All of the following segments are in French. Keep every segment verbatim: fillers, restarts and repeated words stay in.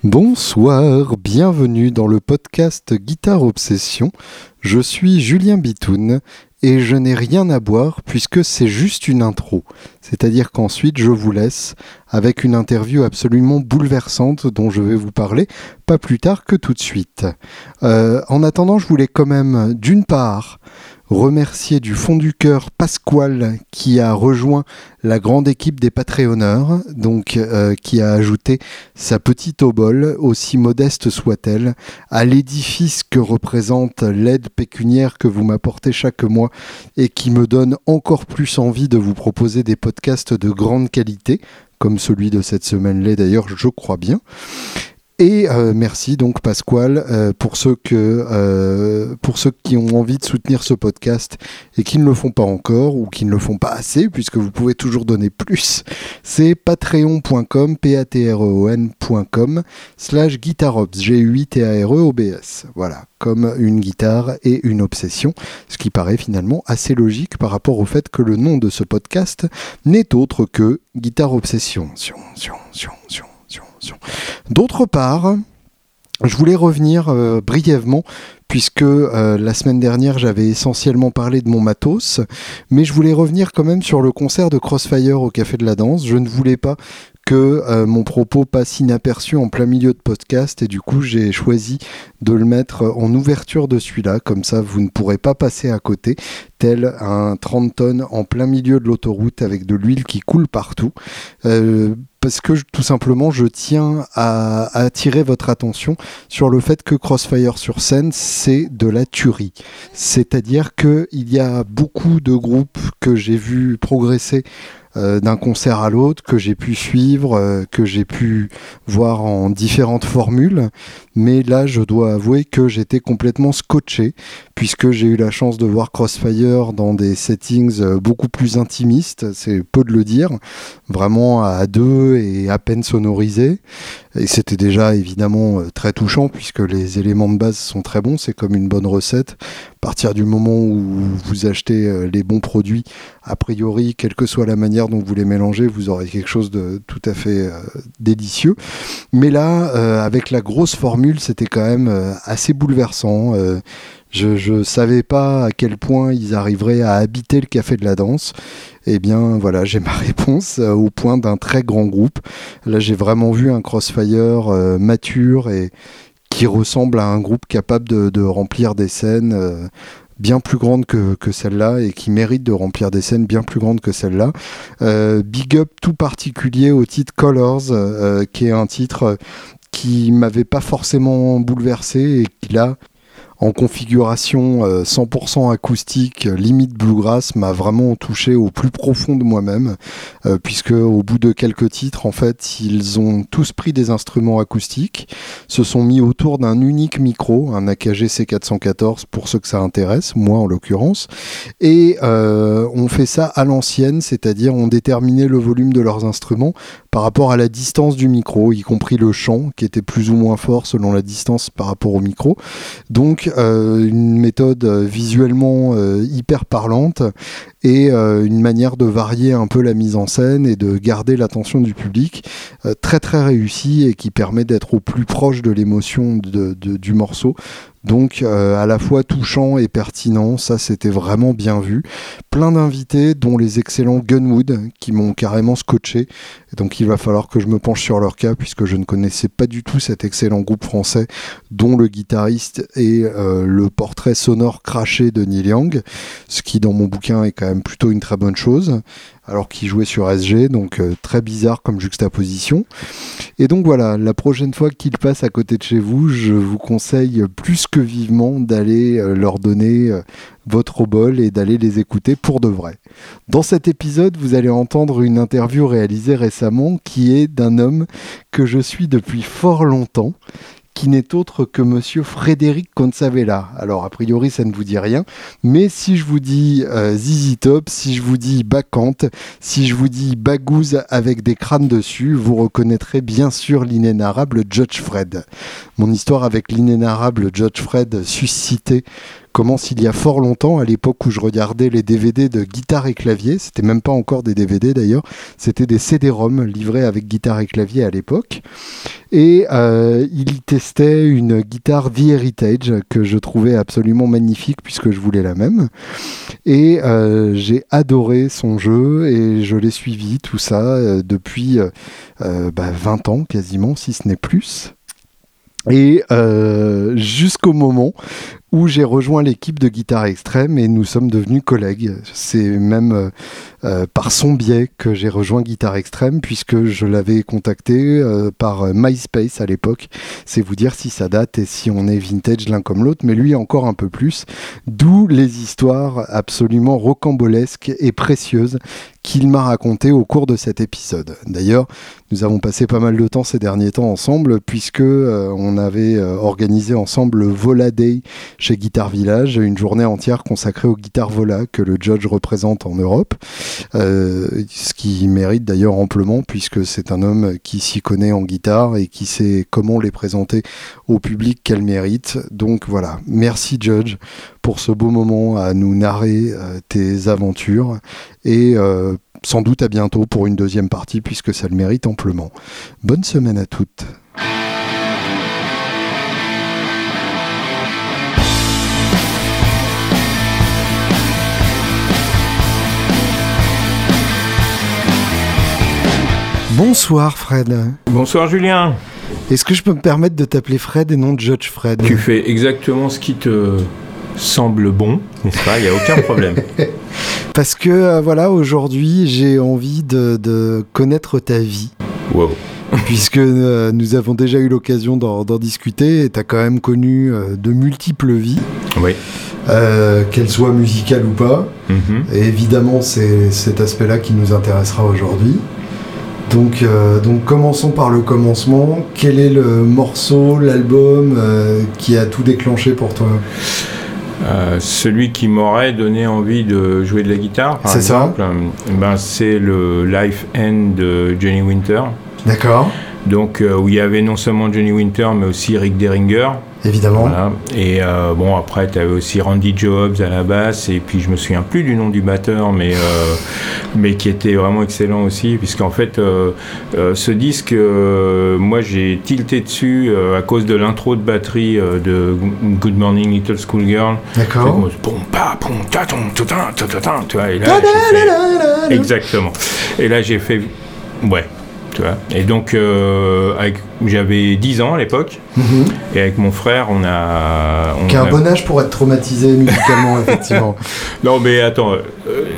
Bonsoir, bienvenue dans le podcast Guitare Obsession. Je suis Julien Bitoun et je n'ai rien à boire puisque c'est juste une intro. C'est-à-dire qu'ensuite je vous laisse avec une interview absolument bouleversante dont je vais vous parler pas plus tard que tout de suite. Euh, en attendant, je voulais quand même d'une part remercier du fond du cœur Pasquale qui a rejoint la grande équipe des Patreonneurs, donc euh, qui a ajouté sa petite obole, aussi modeste soit-elle, à l'édifice que représente l'aide pécuniaire que vous m'apportez chaque mois et qui me donne encore plus envie de vous proposer des podcasts de grande qualité, comme celui de cette semaine-là d'ailleurs, je crois bien. Et euh, merci donc Pasquale euh, pour ceux que euh, pour ceux qui ont envie de soutenir ce podcast et qui ne le font pas encore ou qui ne le font pas assez, puisque vous pouvez toujours donner plus. C'est patreon point com, p a t r e o n point com slash guitarobs, G U I T A R E O B S. Voilà, comme une guitare et une obsession, ce qui paraît finalement assez logique par rapport au fait que le nom de ce podcast n'est autre que Guitare Obsession. Sion, sion, sion, sion. D'autre part, je voulais revenir euh, brièvement, puisque euh, la semaine dernière j'avais essentiellement parlé de mon matos, mais je voulais revenir quand même sur le concert de Crossfire au Café de la Danse. Je ne voulais pas que euh, mon propos passe inaperçu en plein milieu de podcast et du coup j'ai choisi de le mettre en ouverture de celui-là, comme ça vous ne pourrez pas passer à côté, tel un trente tonnes en plein milieu de l'autoroute avec de l'huile qui coule partout. Euh, parce que tout simplement je tiens à, à attirer votre attention sur le fait que Crossfire sur scène c'est de la tuerie. C'est-à-dire qu'il y a beaucoup de groupes que j'ai vus progresser Euh, d'un concert à l'autre, que j'ai pu suivre, euh, que j'ai pu voir en différentes formules, mais là je dois avouer que j'étais complètement scotché, puisque j'ai eu la chance de voir Crossfire dans des settings euh, beaucoup plus intimistes, c'est peu de le dire, vraiment à deux et à peine sonorisé, et c'était déjà évidemment euh, très touchant, puisque les éléments de base sont très bons, c'est comme une bonne recette. À partir du moment où vous achetez euh, les bons produits, a priori, quelle que soit la manière dont vous les mélangez, vous aurez quelque chose de tout à fait euh, délicieux. Mais là, euh, avec la grosse formule, c'était quand même euh, assez bouleversant. Euh, je ne savais pas à quel point ils arriveraient à habiter le Café de la Danse. Eh bien, voilà, j'ai ma réponse euh, au point d'un très grand groupe. Là, j'ai vraiment vu un Crossfire euh, mature et qui ressemble à un groupe capable de, de remplir des scènes euh, bien plus grandes que, que celle-là et qui mérite de remplir des scènes bien plus grandes que celle-là. Euh, big up tout particulier au titre Colors, euh, qui est un titre qui m'avait pas forcément bouleversé et qui là, en configuration euh, cent pour cent acoustique, limite bluegrass, m'a vraiment touché au plus profond de moi-même, euh, puisque au bout de quelques titres, en fait, ils ont tous pris des instruments acoustiques, se sont mis autour d'un unique micro, un A K G C quatre cent quatorze pour ceux que ça intéresse, moi en l'occurrence, et euh, on fait ça à l'ancienne, c'est-à-dire on déterminait le volume de leurs instruments par rapport à la distance du micro, y compris le chant, qui était plus ou moins fort selon la distance par rapport au micro. Donc Euh, une méthode euh, visuellement euh, hyper parlante et euh, une manière de varier un peu la mise en scène et de garder l'attention du public euh, très très réussie et qui permet d'être au plus proche de l'émotion de, de, du morceau. Donc euh, à la fois touchant et pertinent, ça c'était vraiment bien vu. Plein d'invités, dont les excellents Gunwood, qui m'ont carrément scotché. Et donc il va falloir que je me penche sur leur cas, puisque je ne connaissais pas du tout cet excellent groupe français, dont le guitariste est euh, le portrait sonore craché de Neil Young, ce qui dans mon bouquin est quand même plutôt une très bonne chose, alors qu'il jouait sur S G, donc euh, très bizarre comme juxtaposition. Et donc voilà, la prochaine fois qu'ils passent à côté de chez vous, je vous conseille plus que vivement d'aller euh, leur donner euh, votre obole et d'aller les écouter pour de vrai. Dans cet épisode, vous allez entendre une interview réalisée récemment qui est d'un homme que je suis depuis fort longtemps, qui n'est autre que monsieur Frédéric Consavella. Alors, a priori, ça ne vous dit rien, mais si je vous dis euh, Z Z Top, si je vous dis Bacchante, si je vous dis Bagouze avec des crânes dessus, vous reconnaîtrez bien sûr l'inénarrable Judge Fred. Mon histoire avec l'inénarrable Judge Fred suscitait commence il y a fort longtemps, à l'époque où je regardais les D V D de guitare et clavier. C'était même pas encore des D V D d'ailleurs, c'était des C D-ROM livrés avec guitare et clavier à l'époque. Et euh, il y testait une guitare The Heritage que je trouvais absolument magnifique puisque je voulais la même. Et euh, j'ai adoré son jeu et je l'ai suivi tout ça euh, depuis euh, bah, vingt ans quasiment, si ce n'est plus. Et euh, jusqu'au moment où j'ai rejoint l'équipe de Guitare Extrême et nous sommes devenus collègues. C'est même euh, euh, par son biais que j'ai rejoint Guitare Extrême puisque je l'avais contacté euh, par MySpace à l'époque. C'est vous dire si ça date et si on est vintage l'un comme l'autre, mais lui encore un peu plus. D'où les histoires absolument rocambolesques et précieuses qu'il m'a racontées au cours de cet épisode. D'ailleurs, nous avons passé pas mal de temps ces derniers temps ensemble puisque euh, on avait euh, organisé ensemble le Vola Day chez Guitar Village, une journée entière consacrée aux guitares Vola que le Judge représente en Europe, euh, ce qui mérite d'ailleurs amplement puisque c'est un homme qui s'y connaît en guitare et qui sait comment les présenter au public qu'elles méritent. Donc voilà, merci Judge pour ce beau moment à nous narrer euh, tes aventures et euh, sans doute à bientôt pour une deuxième partie puisque ça le mérite amplement. Bonne semaine à toutes. Bonsoir Fred. Bonsoir Julien. Est-ce que je peux me permettre de t'appeler Fred et non Judge Fred ? Tu fais exactement ce qui te semble bon, n'est-ce pas ? Il n'y a aucun problème. Parce que euh, voilà, aujourd'hui, j'ai envie de, de connaître ta vie. Wow. Puisque euh, nous avons déjà eu l'occasion d'en, d'en discuter et tu as quand même connu euh, de multiples vies. Oui. Euh, qu'elles soient musicales ou pas. Mm-hmm. Et évidemment, c'est cet aspect-là qui nous intéressera aujourd'hui. Donc, euh, donc commençons par le commencement. Quel est le morceau, l'album euh, qui a tout déclenché pour toi ? Euh, celui qui m'aurait donné envie de jouer de la guitare, par c'est exemple, ça ben, c'est le Life End de Johnny Winter. D'accord. Donc, euh, où il y avait non seulement Johnny Winter, mais aussi Rick Derringer. Évidemment. Voilà. Et euh, bon, après, tu avais aussi Randy Jobs à la basse, et puis je me souviens plus du nom du batteur, mais, euh, mais qui était vraiment excellent aussi, puisqu'en fait, euh, euh, ce disque, euh, moi j'ai tilté dessus euh, à cause de l'intro de batterie euh, de Good Morning Little Schoolgirl. D'accord. Pom, pa, pom, ta, ton, ta, ta, ta, ta, tu vois, et là, j'ai fait... Exactement. Et là, j'ai fait. Ouais. Tu vois. Et donc, euh, avec, j'avais dix ans à l'époque, mm-hmm. et avec mon frère, on a... On Qui a un a... bon âge pour être traumatisé musicalement, effectivement. Non, mais attends, euh,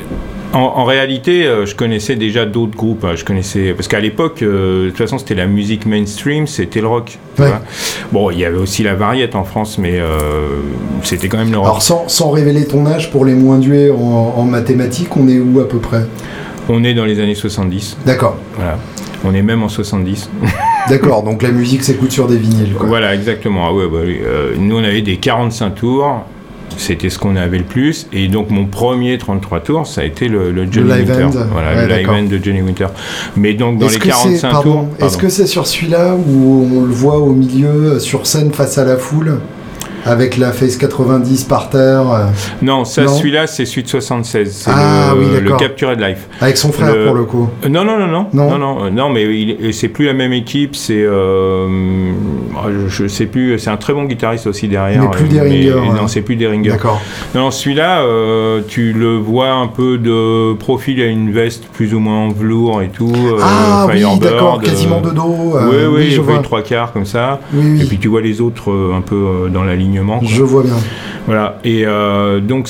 en, en réalité, euh, je connaissais déjà d'autres groupes. Hein, je connaissais, parce qu'à l'époque, euh, de toute façon, c'était la musique mainstream, c'était le rock. Tu ouais. vois. Bon, il y avait aussi la variette en France, mais euh, c'était quand même le rock. Alors, sans, sans révéler ton âge, pour les moins doués en, en mathématiques, on est où à peu près ? On est dans les années soixante-dix. D'accord. Voilà. On est même en soixante-dix. D'accord, donc la musique s'écoute sur des vinyles, quoi. Voilà, exactement. Ah ouais, bah, euh, nous, on avait des quarante-cinq tours. C'était ce qu'on avait le plus. Et donc, mon premier trente-trois tours, ça a été le, le Johnny le live Winter. End. Voilà, ouais, le d'accord. live end de Johnny Winter. Mais donc, dans est-ce les quarante-cinq pardon, tours... Pardon. Est-ce que c'est sur celui-là où on le voit au milieu, sur scène, face à la foule ? Avec la Face quatre-vingt-dix par terre. Euh... Non, ça, non celui-là, c'est celui de soixante-seize. C'est ah, le, oui, le Captured Life. Avec son frère, le... pour le coup. Euh, non, non, non, non, non, non, non, euh, non mais il, c'est plus la même équipe. C'est, euh, je, je sais plus. C'est un très bon guitariste aussi derrière. Mais plus Derringer. Mais, ouais. Non, c'est plus Derringer. D'accord. Non, celui-là, euh, tu le vois un peu de profil. Il a une veste plus ou moins en velours et tout. Euh, ah Firebird, oui, d'accord, quasiment de dos. Euh, oui, oui, oui, je vois vois. trois quarts comme ça. Oui, oui. Et puis tu vois les autres euh, un peu euh, dans l'alignement. Quoi. Je vois bien. Voilà, et euh, donc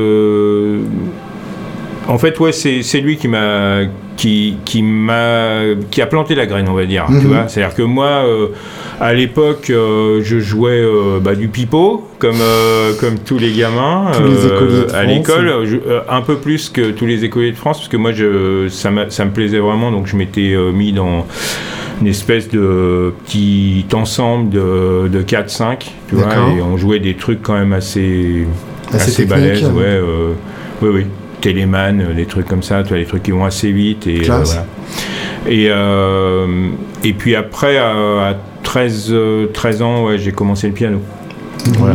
ce... En fait, ouais, c'est, c'est lui qui m'a, qui, qui m'a, qui a planté la graine, on va dire. Mm-hmm. Tu vois, c'est-à-dire que moi, euh, à l'époque, euh, je jouais euh, bah, du pipeau, comme euh, comme tous les gamins tous les écoliers de euh, France, à l'école, je, euh, un peu plus que tous les écoliers de France, parce que moi, je, ça, m'a, ça me plaisait vraiment, donc je m'étais euh, mis dans une espèce de petit ensemble de, de quatre cinq, tu vois, et on jouait des trucs quand même assez, assez, assez balèzes, ouais, euh, oui, oui. Téléman, des trucs comme ça, tu vois, des trucs qui vont assez vite. Et, euh, voilà. et, euh, et puis après, à, à treize, treize ans, ouais, j'ai commencé le piano. Mm-hmm. Voilà.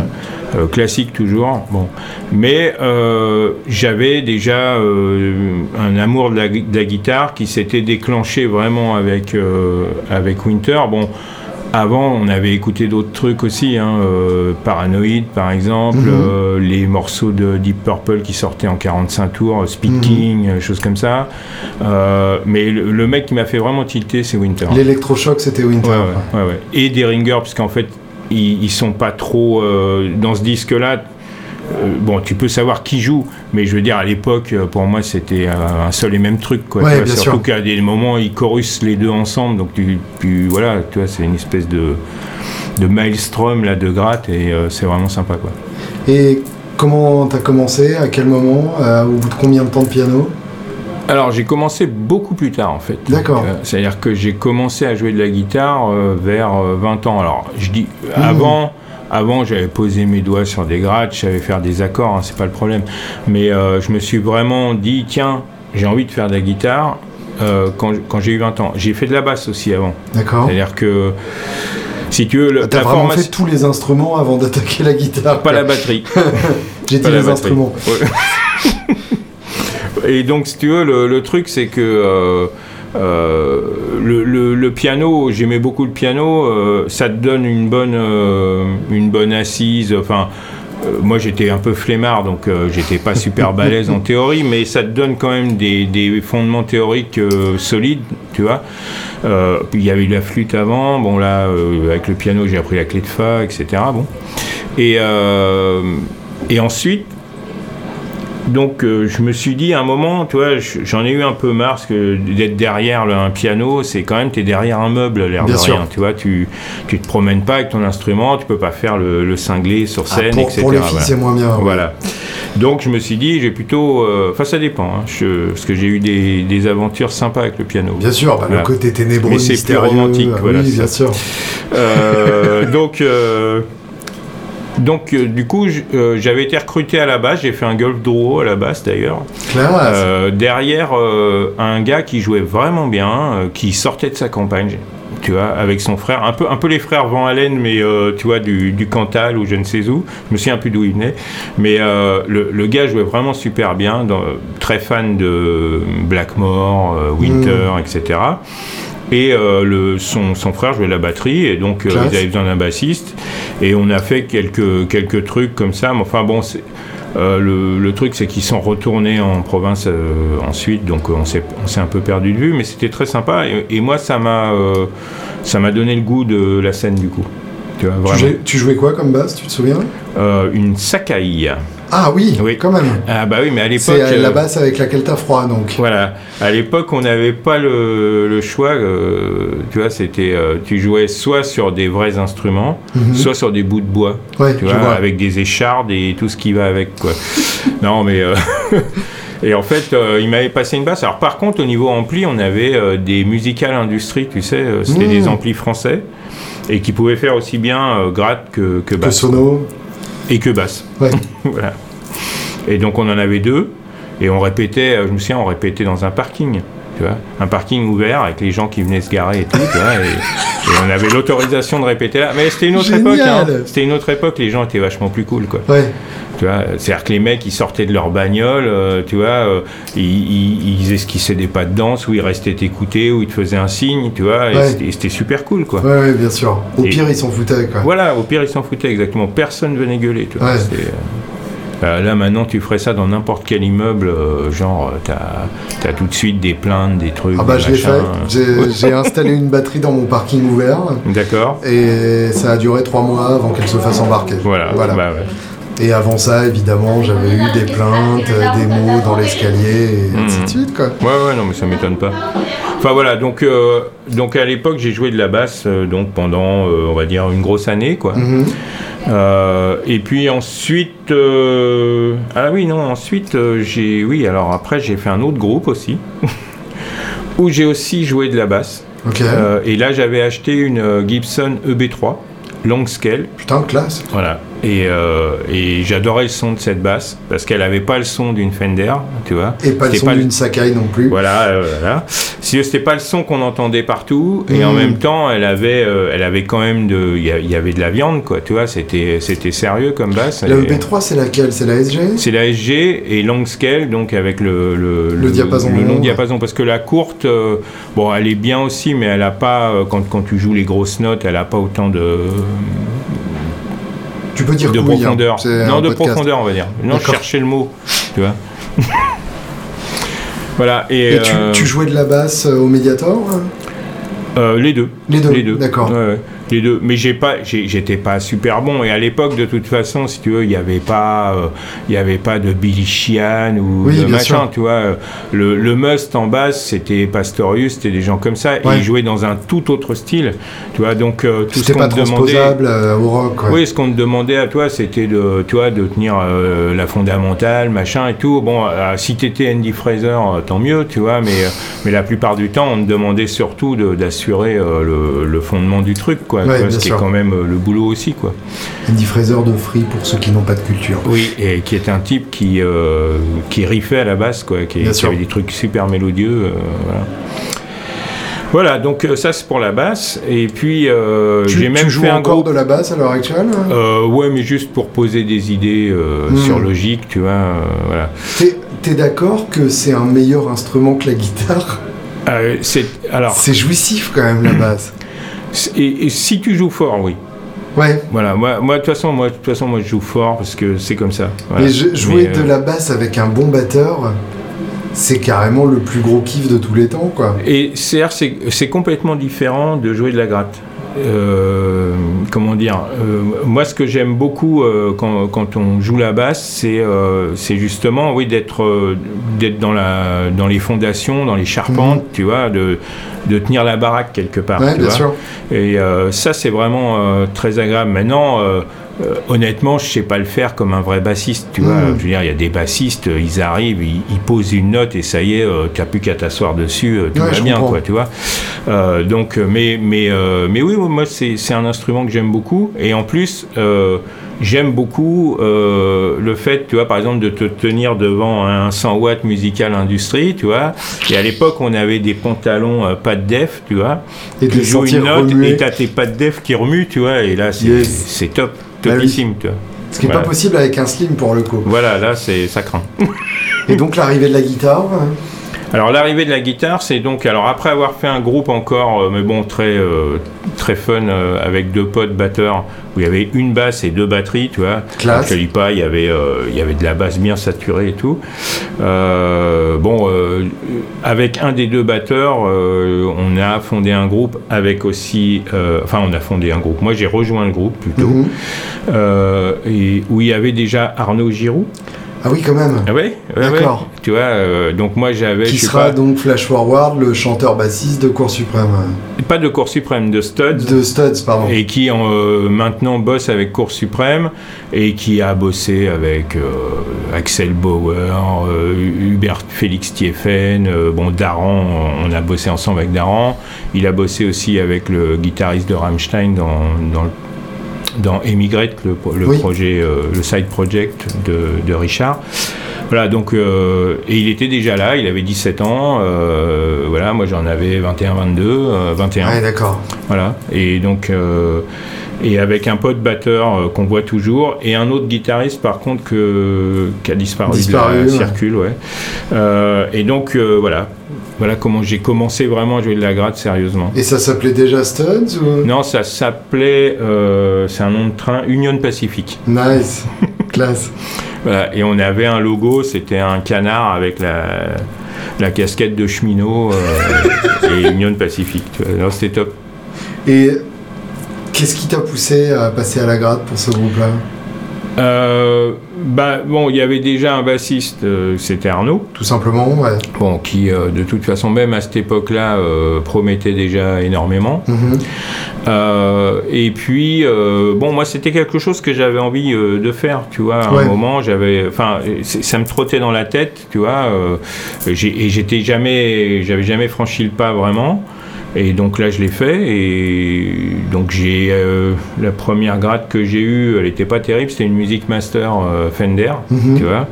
euh, classique toujours. Bon, mais euh, j'avais déjà euh, un amour de la, de la guitare qui s'était déclenché vraiment avec euh, avec Winter. Bon. Avant, on avait écouté d'autres trucs aussi, hein, euh, Paranoid par exemple, mm-hmm. euh, les morceaux de Deep Purple qui sortaient en quarante-cinq tours, Speed mm-hmm. King, euh, choses comme ça. Euh, mais le, le mec qui m'a fait vraiment tilter, c'est Winter. L'électrochoc, c'était Winter. Ouais, ouais, ouais, ouais. Et Deringer, puisqu'en fait, ils, ils sont pas trop euh, dans ce disque-là. Euh, bon, tu peux savoir qui joue, mais je veux dire, à l'époque, pour moi, c'était un seul et même truc, quoi. Ouais, tu vois, bien surtout sûr. qu'à des moments, ils chorusent les deux ensemble, donc tu, tu voilà, tu vois, c'est une espèce de de maelstrom là, de gratte, et euh, c'est vraiment sympa, quoi. Et comment t'as commencé? À quel moment? euh, Au bout de combien de temps de piano? Alors, j'ai commencé beaucoup plus tard, en fait. D'accord. Donc, euh, c'est-à-dire que j'ai commencé à jouer de la guitare euh, vers euh, vingt ans. Alors, je dis mmh. avant. Avant, j'avais posé mes doigts sur des grattes, je savais faire des accords, hein, c'est pas le problème. Mais euh, je me suis vraiment dit, tiens, j'ai envie de faire de la guitare euh, quand, quand j'ai eu vingt ans. J'ai fait de la basse aussi avant. D'accord. C'est-à-dire que, si tu veux... Le, T'as la vraiment formation... fait tous les instruments avant d'attaquer la guitare? Pas la batterie. J'ai dit les instruments. Ouais. Et donc, si tu veux, le, le truc, c'est que... Euh, Euh, le, le, le piano, j'aimais beaucoup le piano, euh, ça te donne une bonne, euh, une bonne assise, enfin, euh, moi j'étais un peu flemmard, donc euh, j'étais pas super balèze en théorie, mais ça te donne quand même des, des fondements théoriques euh, solides, tu vois. Euh, puis il y avait eu la flûte avant, bon là, euh, avec le piano j'ai appris la clé de fa, et cetera. Bon. Et, euh, et ensuite, donc euh, je me suis dit à un moment, tu vois, j'en ai eu un peu marre parce que d'être derrière là, un piano, c'est quand même, t'es derrière un meuble, l'air de rien, tu vois, tu, tu te promènes pas avec ton instrument, tu peux pas faire le, le cinglé sur scène, ah, pour, et cetera. Pour les filles, voilà. C'est moins bien. Ouais. Voilà. Donc je me suis dit, j'ai plutôt, enfin euh, ça dépend, hein, je, parce que j'ai eu des, des aventures sympas avec le piano. Bien sûr, bah, voilà. Le côté ténébreux, mais c'est plus romantique, ah, voilà. Oui, bien sûr. Euh, donc. Euh, Donc, euh, du coup, euh, j'avais été recruté à la base. J'ai fait un golf duo à la base, d'ailleurs. Euh, derrière euh, un gars qui jouait vraiment bien, euh, qui sortait de sa campagne, tu vois, avec son frère. Un peu, un peu les frères Van Halen, mais euh, tu vois, du, du Cantal ou je ne sais où. Je me souviens plus d'où il venait. Mais euh, le, le gars jouait vraiment super bien. Dans, très fan de Blackmore, euh, Winter, mmh. et cetera. Et euh, le, son, son frère jouait la batterie, et donc euh, ils avaient besoin d'un bassiste, et on a fait quelques, quelques trucs comme ça, mais enfin bon, c'est, euh, le, le truc c'est qu'ils sont retournés en province euh, ensuite, donc on s'est, on s'est un peu perdu de vue, mais c'était très sympa, et, et moi ça m'a, euh, ça m'a donné le goût de la scène du coup. Tu, vois, tu, jouais, tu jouais quoi comme basse, tu te souviens? euh, Une Sakai. Ah oui, oui, quand même. Ah bah oui, mais à l'époque... C'est la basse avec laquelle t'as froid, donc. Voilà. À l'époque, on n'avait pas le, le choix. Euh, tu vois, c'était... Euh, tu jouais soit sur des vrais instruments, mm-hmm. soit sur des bouts de bois. Ouais, tu vois, vois, avec des échardes et tout ce qui va avec, quoi. Non, mais... Euh, et en fait, euh, il m'avait passé une basse. Alors, par contre, au niveau ampli, on avait euh, des Musical Industries, tu sais. Euh, c'était mmh. des amplis français. Et qui pouvaient faire aussi bien euh, gratte que, que basse. Que sono. Et que basse. Ouais. Voilà. Et donc on en avait deux, et on répétait, je me souviens, on répétait dans un parking, tu vois, un parking ouvert avec les gens qui venaient se garer et tout, tu vois, et, et on avait l'autorisation de répéter là. Mais c'était une autre Génial. époque, hein. C'était une autre époque, les gens étaient vachement plus cool, quoi. Ouais. Tu vois, c'est-à-dire que les mecs, ils sortaient de leur bagnole, euh, tu vois, euh, ils, ils, ils esquissaient des pas de danse, ou ils restaient écoutés, ou ils te faisaient un signe, tu vois, et, ouais. c'était, et c'était super cool, quoi. Ouais, ouais, bien sûr. Au et, pire, ils s'en foutaient, quoi. Voilà, au pire, ils s'en foutaient, exactement. Personne venait gueuler, tu vois. Ouais. C'était, euh... Euh, là maintenant tu ferais ça dans n'importe quel immeuble, euh, genre t'as, t'as tout de suite des plaintes, des trucs. Ah bah des je l'ai fait, j'ai, j'ai installé une batterie dans mon parking ouvert. D'accord. Et ça a duré trois mois avant qu'elle se fasse embarquer. Voilà. voilà. Bah ouais. Et avant ça, évidemment, j'avais eu des plaintes, des mots dans l'escalier, et mmh. ainsi de suite, quoi. Ouais, ouais, non, mais ça m'étonne pas. Enfin voilà, donc, euh, donc à l'époque, j'ai joué de la basse euh, donc pendant, euh, on va dire, une grosse année, quoi. Mmh. Euh, et puis ensuite, euh, ah oui, non, ensuite, euh, j'ai, oui, alors après, j'ai fait un autre groupe aussi, où j'ai aussi joué de la basse. Okay. Euh, et là, j'avais acheté une Gibson E B trois. Long scale. Putain, classe. Voilà. Et, euh, et j'adorais le son de cette basse parce qu'elle avait pas le son d'une Fender, tu vois. Et pas le son pas d'une Sakai non plus. Voilà, euh, voilà. Si c'était pas le son qu'on entendait partout, et mmh. en même temps, elle avait, euh, elle avait quand même de, il y, y avait de la viande, quoi. Tu vois, c'était, c'était sérieux comme basse. La E B trois, c'est laquelle? C'est la S G? C'est la S G et long scale, donc avec le le, le, le diapason, le long ouais. diapason, parce que la courte, euh, bon, elle est bien aussi, mais elle a pas, euh, quand quand tu joues les grosses notes, elle a pas autant de Tu peux dire de couille, profondeur. Hein, non, de podcast. profondeur, on va dire. Non, je cherchais le mot, tu vois. Voilà. Et, et tu, euh... tu jouais de la basse au Mediator hein euh, Les deux. Les deux. Les deux. D'accord. Ouais, ouais. Les deux, mais j'ai pas, j'ai, j'étais pas super bon. Et à l'époque, de toute façon, si tu veux, il y avait pas, euh, il y avait pas de Billy Sheehan ou oui, de machin, sûr. tu vois. Le, le must en basse, c'était Pastorius, c'était des gens comme ça, ouais. et ils jouaient dans un tout autre style, tu vois. Donc euh, tout c'était ce qu'on pas te demandait, euh, au rock. Ouais. Oui, ce qu'on te demandait à toi, c'était de, tu vois, de tenir euh, la fondamentale, machin et tout. Bon, euh, si t'étais Andy Fraser, euh, tant mieux, tu vois. Mais, euh, mais la plupart du temps, on te demandait surtout de, d'assurer euh, le, le fondement du truc, quoi. Ouais, tu vois, ce qui est quand même le boulot aussi, quoi. Andy Fraser de Free pour ceux qui n'ont pas de culture. Oui, et qui est un type qui euh, qui riffait à la basse, quoi, qui, qui avait des trucs super mélodieux, euh, voilà. Voilà, donc euh, ça c'est pour la basse, et puis euh, tu, j'ai même tu joues fait un encore groupe... de la basse à l'heure actuelle euh, Ouais, mais juste pour poser des idées euh, mmh. sur Logic, tu vois, euh, voilà. T'es, t'es d'accord que c'est un meilleur instrument que la guitare? euh, c'est, alors... c'est jouissif quand même la basse. Et, et si tu joues fort, oui. Ouais. Voilà, moi, moi de toute façon, moi, de toute façon, moi, je joue fort parce que c'est comme ça. Voilà. Mais je, jouer Mais, de euh... la basse avec un bon batteur, c'est carrément le plus gros kiff de tous les temps, quoi. Et c'est, c'est, c'est complètement différent de jouer de la gratte. Euh, comment dire euh, moi ce que j'aime beaucoup euh, quand, quand on joue la basse c'est, euh, c'est justement oui, d'être, euh, d'être dans, la, dans les fondations, dans les charpentes, mmh. tu vois, de, de tenir la baraque quelque part, ouais, tu bien vois. sûr. Et euh, ça c'est vraiment euh, très agréable. Maintenant euh, Euh, honnêtement, je sais pas le faire comme un vrai bassiste, tu mmh. vois. Je veux dire, il y a des bassistes, ils arrivent, ils, ils posent une note et ça y est, euh, tu n'as plus qu'à t'asseoir dessus, euh, tout ouais, va bien, comprends. quoi, tu vois. Euh, donc, mais, mais, euh, mais oui, moi, c'est, c'est un instrument que j'aime beaucoup. Et en plus, euh, j'aime beaucoup euh, le fait, tu vois, par exemple, de te tenir devant un cent watts Musical Industry, tu vois. Et à l'époque, on avait des pantalons euh, pas de def, tu vois. Et tu joues une note remuer. et t'as tes pas de def qui remuent, tu vois. Et là, c'est, yes. c'est top. Topissime, tu vois. Ce qui n'est voilà. pas possible avec un slim pour le coup. Voilà, là, c'est, ça craint. Et donc l'arrivée de la guitare Alors l'arrivée de la guitare, c'est donc, alors après avoir fait un groupe encore, euh, mais bon, très, euh, très fun, euh, avec deux potes batteurs, où il y avait une basse et deux batteries, tu vois. Classe. Je te dis pas, il y avait, euh, il y avait de la basse bien saturée et tout. Euh, bon, euh, avec un des deux batteurs, euh, on a fondé un groupe avec aussi, euh, enfin on a fondé un groupe. Moi j'ai rejoint le groupe plutôt, mm-hmm. euh, et où il y avait déjà Arnaud Giroux. Ah oui, quand même. Ah ouais, ouais d'accord. Ouais. Tu vois, euh, donc moi j'avais. Qui je sais sera pas, donc Flash Forward, le chanteur bassiste de Cour Suprême. Pas de Cour Suprême, de Studs. De Studs, pardon. Et qui euh, maintenant bosse avec Cour Suprême et qui a bossé avec euh, Axel Bauer, euh, Hubert Félix Thieffen, euh, bon Daran, on a bossé ensemble avec Daran. Il a bossé aussi avec le guitariste de Rammstein dans, dans le dans Emigrate, le, le oui. projet, euh, le side project de, de Richard. Voilà, donc, euh, et il était déjà là, il avait dix-sept ans, euh, voilà, moi j'en avais vingt et un, vingt-deux, euh, vingt et un. Ouais, d'accord. Voilà, et donc, euh, et avec un pote batteur euh, qu'on voit toujours, et un autre guitariste par contre que, qui a disparu, disparu de la ouais. circule, ouais. Euh, et donc, euh, voilà. Voilà comment j'ai commencé vraiment à jouer de la gratte sérieusement. Et ça s'appelait déjà Studs ou... Non, ça s'appelait, euh, c'est un nom de train, Union Pacific. Nice, classe. Voilà, et on avait un logo, c'était un canard avec la, la casquette de cheminot euh, et Union Pacific. Tu vois. Alors, c'était top. Et qu'est-ce qui t'a poussé à passer à la gratte pour ce groupe-là ? Euh, bah, bon, il y avait déjà un bassiste, euh, c'était Arnaud. Tout simplement, ouais. Bon, qui, euh, de toute façon, même à cette époque-là, euh, promettait déjà énormément. Mm-hmm. Euh, et puis, euh, bon, moi, c'était quelque chose que j'avais envie euh, de faire, tu vois. À ouais. un moment, j'avais, enfin, ça me trottait dans la tête, tu vois. Euh, j'ai, et j'étais jamais, j'avais jamais franchi le pas vraiment. Et donc là, je l'ai fait. Et donc, j'ai euh, la première gratte que j'ai eue, elle n'était pas terrible. C'était une Music Master euh, Fender, mm-hmm. tu vois.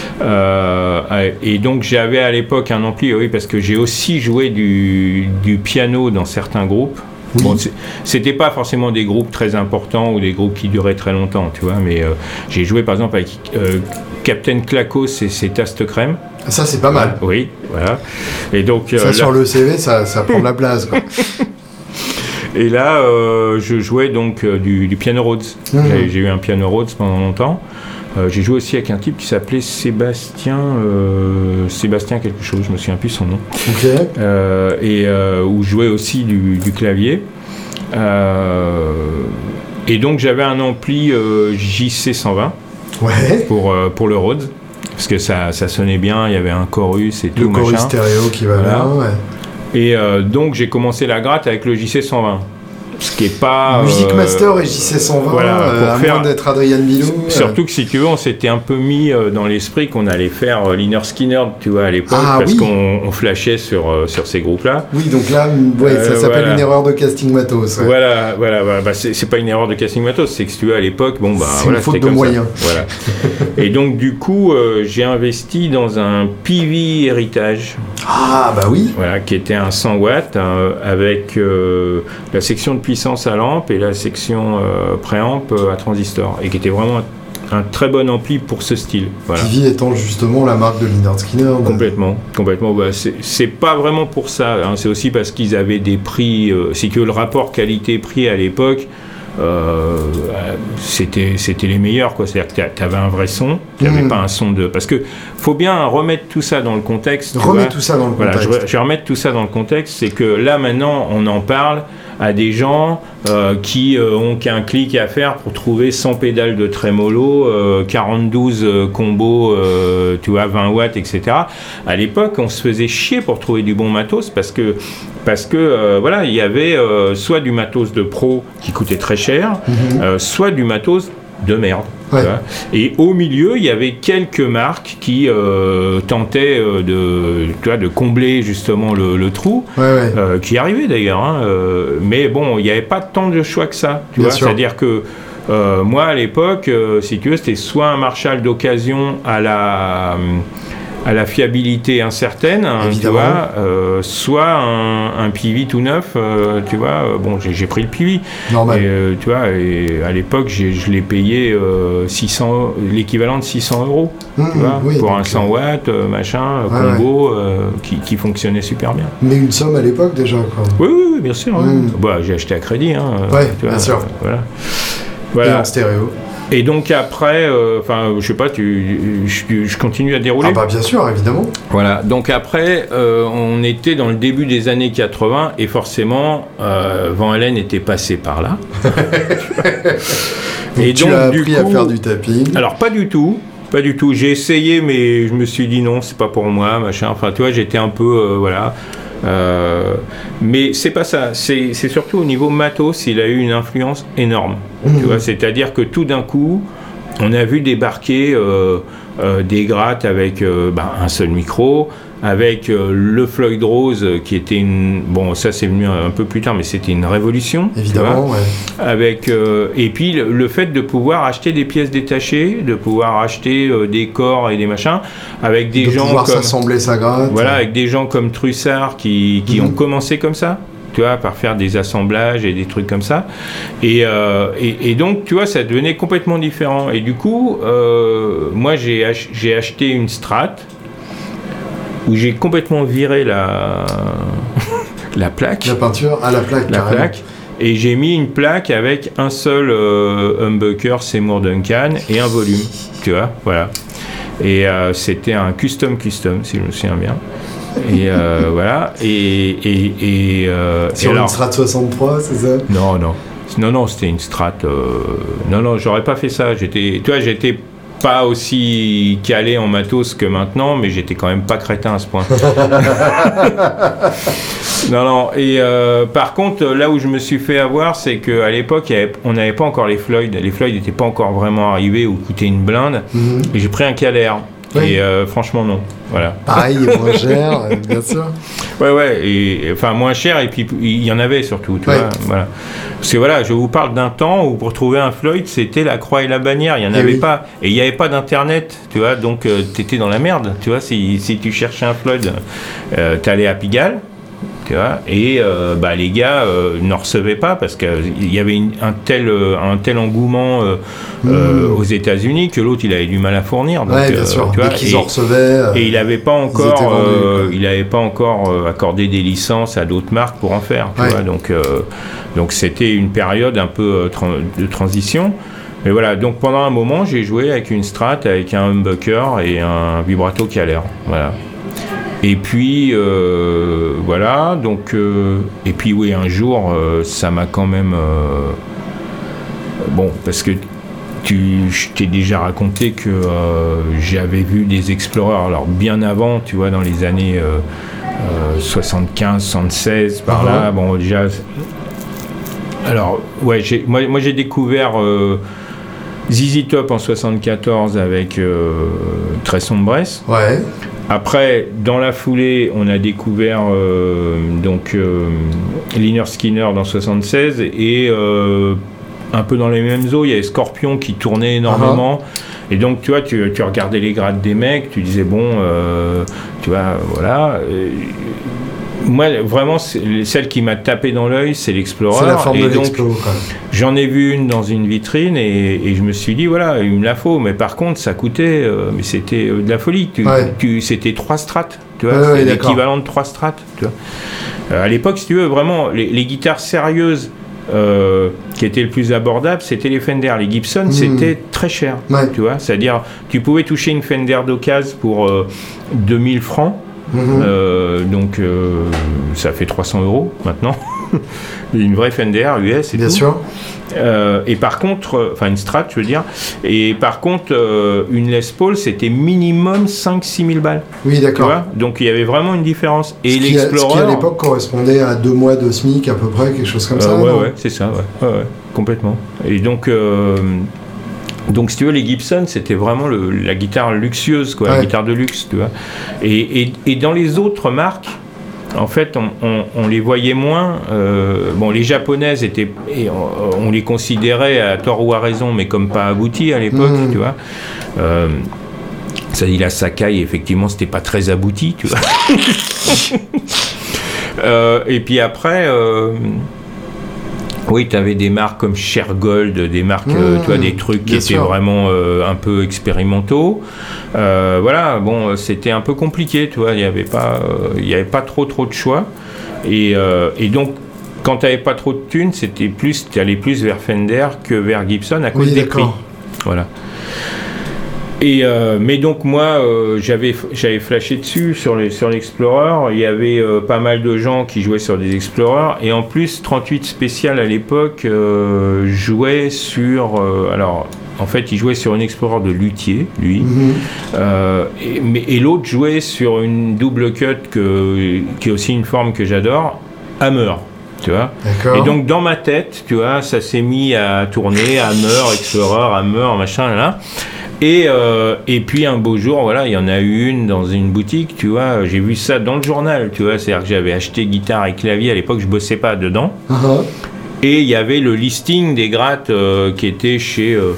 Euh, et donc, j'avais à l'époque un ampli, oui, parce que j'ai aussi joué du, du piano dans certains groupes. Oui. Bon, c'était pas forcément des groupes très importants ou des groupes qui duraient très longtemps, tu vois, mais euh, j'ai joué par exemple avec euh, Captain Clacos et ses tastes crème. Ça, c'est pas mal. Oui, voilà. Et donc, ça, euh, là... sur le C V, ça, ça prend de la place, quoi. Et là, euh, je jouais donc euh, du, du piano Rhodes. Mmh. J'ai, j'ai eu un piano Rhodes pendant longtemps. Euh, j'ai joué aussi avec un type qui s'appelait Sébastien, euh, Sébastien quelque chose, je me souviens plus son nom. Okay. Euh, et euh, où je jouais aussi du, du clavier. Euh, et donc j'avais un ampli euh, J C cent vingt ouais. pour, euh, pour le Rhodes, parce que ça, ça sonnait bien, il y avait un chorus et tout. Le chorus machin. stéréo qui va voilà. bien, ouais. Et euh, donc j'ai commencé la gratte avec le J C cent vingt. Ce qui est pas... Music Master euh, et J C cent vingt, voilà, euh, à faire... moins d'être Adrian Bilou. Surtout euh... que si tu veux, on s'était un peu mis euh, dans l'esprit qu'on allait faire euh, Lynyrd Skynyrd, tu vois, à l'époque, ah, parce oui. qu'on on flashait sur, euh, sur ces groupes-là. Oui, donc là, ouais, euh, ça s'appelle voilà. une erreur de casting matos. Ouais. Voilà, voilà, voilà. Bah, c'est, c'est pas une erreur de casting matos, c'est que si tu veux, à l'époque, bon, bah, c'est voilà, une faute c'était de comme moyens. Ça. Voilà. Et donc, du coup, euh, j'ai investi dans un P V Héritage. Ah, bah oui. Voilà, qui était un cent watts, hein, avec euh, la section de puissance à lampe et la section euh, préamp euh, à transistor, et qui était vraiment un, un très bon ampli pour ce style. Voilà. P V étant justement la marque de Lynyrd Skynyrd. Complètement, complètement. Bah, c'est, c'est pas vraiment pour ça, hein, c'est aussi parce qu'ils avaient des prix, euh, c'est que le rapport qualité-prix à l'époque, Euh, c'était, c'était les meilleurs, quoi. C'est-à-dire que tu avais un vrai son, tu n'avais mmh. pas un son de... Parce que faut bien remettre tout ça dans le contexte. Remettre tout ça dans le voilà, contexte. Je, je vais remettre tout ça dans le contexte, c'est que là, maintenant, on en parle à des gens euh, qui euh, ont qu'un clic à faire pour trouver cent pédales de trémolo, euh, quarante-douze euh, combos, euh, tu vois, vingt watts, et cetera. À l'époque, on se faisait chier pour trouver du bon matos parce que, parce que euh, voilà, il y avait euh, soit du matos de pro qui coûtait très cher, mmh. euh, soit du matos de merde. Ouais. Et au milieu, il y avait quelques marques qui euh, tentaient euh, de, tu vois, de combler justement le, le trou, ouais, ouais. Euh, qui arrivait d'ailleurs. Hein, euh, mais bon, il n'y avait pas tant de choix que ça. Tu vois, c'est-à-dire que euh, moi, à l'époque, euh, si tu veux, c'était soit un Marshall d'occasion à la... à la fiabilité incertaine, hein, tu vois, euh, soit un, un P V tout neuf, euh, tu vois, euh, bon, j'ai, j'ai pris le P V. Normal. Et, euh, tu vois, et à l'époque, j'ai, je l'ai payé euh, six cents, l'équivalent de six cents euros, mmh, tu vois, oui, pour un cent watts, euh, machin, ah, combo, ouais. euh, qui, qui fonctionnait super bien. Mais une somme à l'époque déjà, quoi. Oui, oui, oui bien sûr. Mmh. Hein. Bah, j'ai acheté à crédit, hein. Ouais, tu vois, bien sûr. Euh, voilà. Voilà. Et en stéréo. Et donc après, enfin, euh, je sais pas, tu, je, je continue à dérouler. Ah bah bien sûr, évidemment. Voilà. Donc après, euh, on était dans le début des années quatre-vingts et forcément, euh, Van Halen était passé par là. donc et tu donc, as appris coup, à faire du tapping. Alors pas du tout. Pas du tout. J'ai essayé, mais je me suis dit non, c'est pas pour moi, machin. Enfin, tu vois, j'étais un peu, euh, voilà. Euh, mais c'est pas ça. C'est, c'est surtout au niveau matos, il a eu une influence énorme. Mmh. Tu vois, c'est-à-dire que tout d'un coup, on a vu débarquer euh, euh, des grattes avec euh, bah, un seul micro, avec euh, le Floyd Rose qui était une... Bon, ça c'est venu un peu plus tard, mais c'était une révolution. Évidemment, ouais. Avec, euh, et puis le, le fait de pouvoir acheter des pièces détachées, de pouvoir acheter euh, des corps et des machins, avec des de gens pouvoir comme... s'assembler sa gratte. Voilà, avec des gens comme Trussard qui, qui mmh. ont commencé comme ça. Tu vois, par faire des assemblages et des trucs comme ça. Et, euh, et, et donc, tu vois, ça devenait complètement différent. Et du coup, euh, moi, j'ai, ach- j'ai acheté une Strat où j'ai complètement viré la, la plaque. La peinture à la plaque, La carrément. plaque. Et j'ai mis une plaque avec un seul euh, humbucker Seymour Duncan et un volume. Tu vois, voilà. Et euh, c'était un custom custom, si je me souviens bien. Et euh, voilà. Et, et, et, euh, Sur et une alors, Strat soixante-trois, c'est ça? Non, non. Non, non, c'était une Strat. Euh, non, non, j'aurais pas fait ça. J'étais, tu vois, j'étais pas aussi calé en matos que maintenant, mais j'étais quand même pas crétin à ce point. non, non. Et euh, par contre, là où je me suis fait avoir, c'est qu'à l'époque, avait, on n'avait pas encore les Floyd. Les Floyd n'étaient pas encore vraiment arrivés ou coûtaient une blinde. Mm-hmm. Et j'ai pris un Calère. Oui. Et euh, franchement, non. Voilà. Pareil, il est moins cher, bien sûr. Ouais, ouais, et enfin moins cher, et puis il y en avait surtout, tu ouais. vois. Voilà. Parce que voilà, je vous parle d'un temps où pour trouver un Floyd, c'était la croix et la bannière, il n'y en et avait oui. pas. Et il n'y avait pas d'internet, tu vois, donc euh, t'étais dans la merde, tu vois, si, si tu cherchais un Floyd, euh, t'allais à Pigalle. Tu vois, et euh, bah, les gars euh, n'en recevaient pas parce qu'il y avait une, un, tel, euh, un tel engouement euh, mmh. euh, aux États-Unis que l'autre il avait du mal à fournir. Donc, ouais, bien euh, sûr. Tu vois, dès qu'ils et, en recevaient. Euh, et il n'avait pas encore, vendus, euh, il avait pas encore euh, accordé des licences à d'autres marques pour en faire. Tu ouais. vois, donc, euh, donc c'était une période un peu euh, tra- de transition. Mais voilà, donc pendant un moment j'ai joué avec une Strat, avec un humbucker et un vibrato qui a l'air. Voilà. Et puis euh, voilà, donc euh, et puis oui, un jour euh, ça m'a quand même euh, bon, parce que tu, je t'ai déjà raconté que euh, j'avais vu des Explorer, alors bien avant, tu vois, dans les années euh, euh, soixante-quinze, soixante-seize, par uh-huh. là, bon déjà, alors ouais, j'ai, moi, moi j'ai découvert euh, Z Z Top en soixante-quatorze avec euh, Tresson de Bresse. Ouais. Après, dans la foulée, on a découvert euh, donc euh, Lynyrd Skynyrd dans soixante-seize et euh, un peu dans les mêmes eaux, il y avait Scorpion qui tournait énormément. Uh-huh. Et donc, tu vois, tu, tu regardais les grades des mecs, tu disais bon, euh, tu vois, voilà. Et, moi, vraiment, celle qui m'a tapé dans l'œil, c'est l'Explorer. C'est la forme et de donc, l'Explo. j'en ai vu une dans une vitrine et, et je me suis dit, voilà, il me la faut. Mais par contre, ça coûtait, euh, mais c'était euh, de la folie. Tu, ouais. tu, c'était trois strates, tu vois, ouais, c'est ouais, l'équivalent de trois strates. Tu vois. Euh, à l'époque, si tu veux, vraiment, les, les guitares sérieuses euh, qui étaient le plus abordables, c'était les Fender. Les Gibson, mmh. c'était très cher. Ouais. Tu vois, c'est-à-dire, tu pouvais toucher une Fender d'occasion pour euh, deux mille francs. Mmh. Euh, donc euh, ça fait trois cents euros maintenant. Une vraie Fender U S et bien tout. sûr. Euh, et par contre, enfin une Strat, je veux dire. Et par contre, euh, une Les Paul, c'était minimum cinq à six mille balles. Oui, d'accord. Tu vois, donc il y avait vraiment une différence. Et ce l'Explorer, qui, a, ce qui à l'époque correspondait à deux mois de SMIC à peu près, quelque chose comme euh, ça. Ouais, non ouais, c'est ça, ouais, ouais, ouais, complètement. Et donc. Euh, Donc, si tu veux, les Gibson, c'était vraiment le, la guitare luxueuse, quoi, ouais. la guitare de luxe, tu vois. Et, et, et dans les autres marques, en fait, on, on, on les voyait moins. Euh, bon, les japonaises étaient, et on, on les considérait à tort ou à raison, mais comme pas abouties à l'époque, mmh. tu vois. Euh, ça dit la Sakai, effectivement, c'était pas très abouti, tu vois. euh, et puis après. Euh, Oui, tu avais des marques comme Shergold, des marques, mmh, euh, tu vois, des trucs qui étaient sûr. vraiment euh, un peu expérimentaux. Euh, voilà, bon, c'était un peu compliqué, tu vois, il n'y avait pas, euh, il y avait pas trop trop de choix. Et, euh, et donc, quand tu n'avais pas trop de thunes, c'était plus, tu allais plus vers Fender que vers Gibson à cause oui, des d'accord. prix. Voilà. Et euh, mais donc moi euh, j'avais j'avais flashé dessus sur les sur l'Explorer. Il y avait euh, pas mal de gens qui jouaient sur des Explorers et en plus trente-huit Special à l'époque euh, jouait sur euh, alors en fait il jouait sur une Explorer de luthier lui mm-hmm. euh, et, mais, et l'autre jouait sur une double cut que, qui est aussi une forme que j'adore, Hammer. Tu vois. D'accord. Et donc dans ma tête, tu vois, ça s'est mis à tourner, Hammer, Explorer, Hammer, machin, là. Et, euh, et puis un beau jour, voilà, il y en a eu une dans une boutique, tu vois, j'ai vu ça dans le journal, tu vois, c'est-à-dire que j'avais acheté guitare et clavier, à l'époque je bossais pas dedans, uh-huh. et il y avait le listing des grattes euh, qui était chez, euh,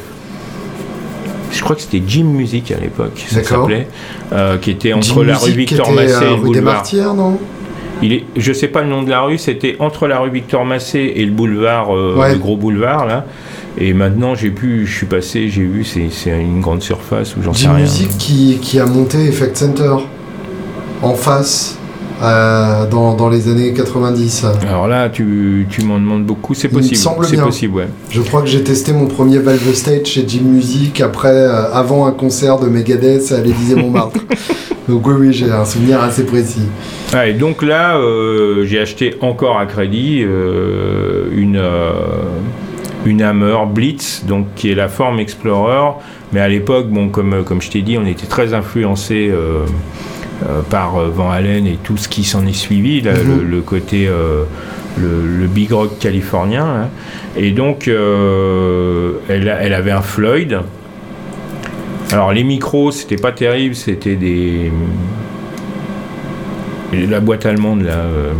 je crois que c'était Jim Music à l'époque, ça D'accord. s'appelait, euh, qui était entre Jim la rue Victor Massé et le boulevard. Rue des Martyrs, non ? Il est, je sais pas le nom de la rue, c'était entre la rue Victor Massé et le boulevard, euh, ouais. le gros boulevard là. Et maintenant, j'ai pu, je suis passé, j'ai vu, c'est, c'est une grande surface où j'en sais rien. Music qui, qui a monté Effect Center en face euh, dans, dans les années quatre-vingt-dix. Alors là, tu, tu m'en demandes beaucoup, c'est possible. Il me semble c'est bien. possible, ouais. Je crois que j'ai testé mon premier Valve Stage chez Jim Music après, euh, avant un concert de Megadeth à l'Élysée-Montmartre. Donc oui, oui, j'ai un souvenir assez précis. Ah, et donc là, euh, j'ai acheté encore à crédit euh, une... Euh, une Hammer Blitz, donc qui est la forme Explorer, mais à l'époque, bon, comme, comme je t'ai dit, on était très influencé euh, euh, par Van Halen et tout ce qui s'en est suivi, là, mm-hmm. le, le côté euh, le, le big rock californien, hein. Et donc euh, elle, elle avait un Floyd Alors les micros, c'était pas terrible, c'était des la boîte allemande là. Euh...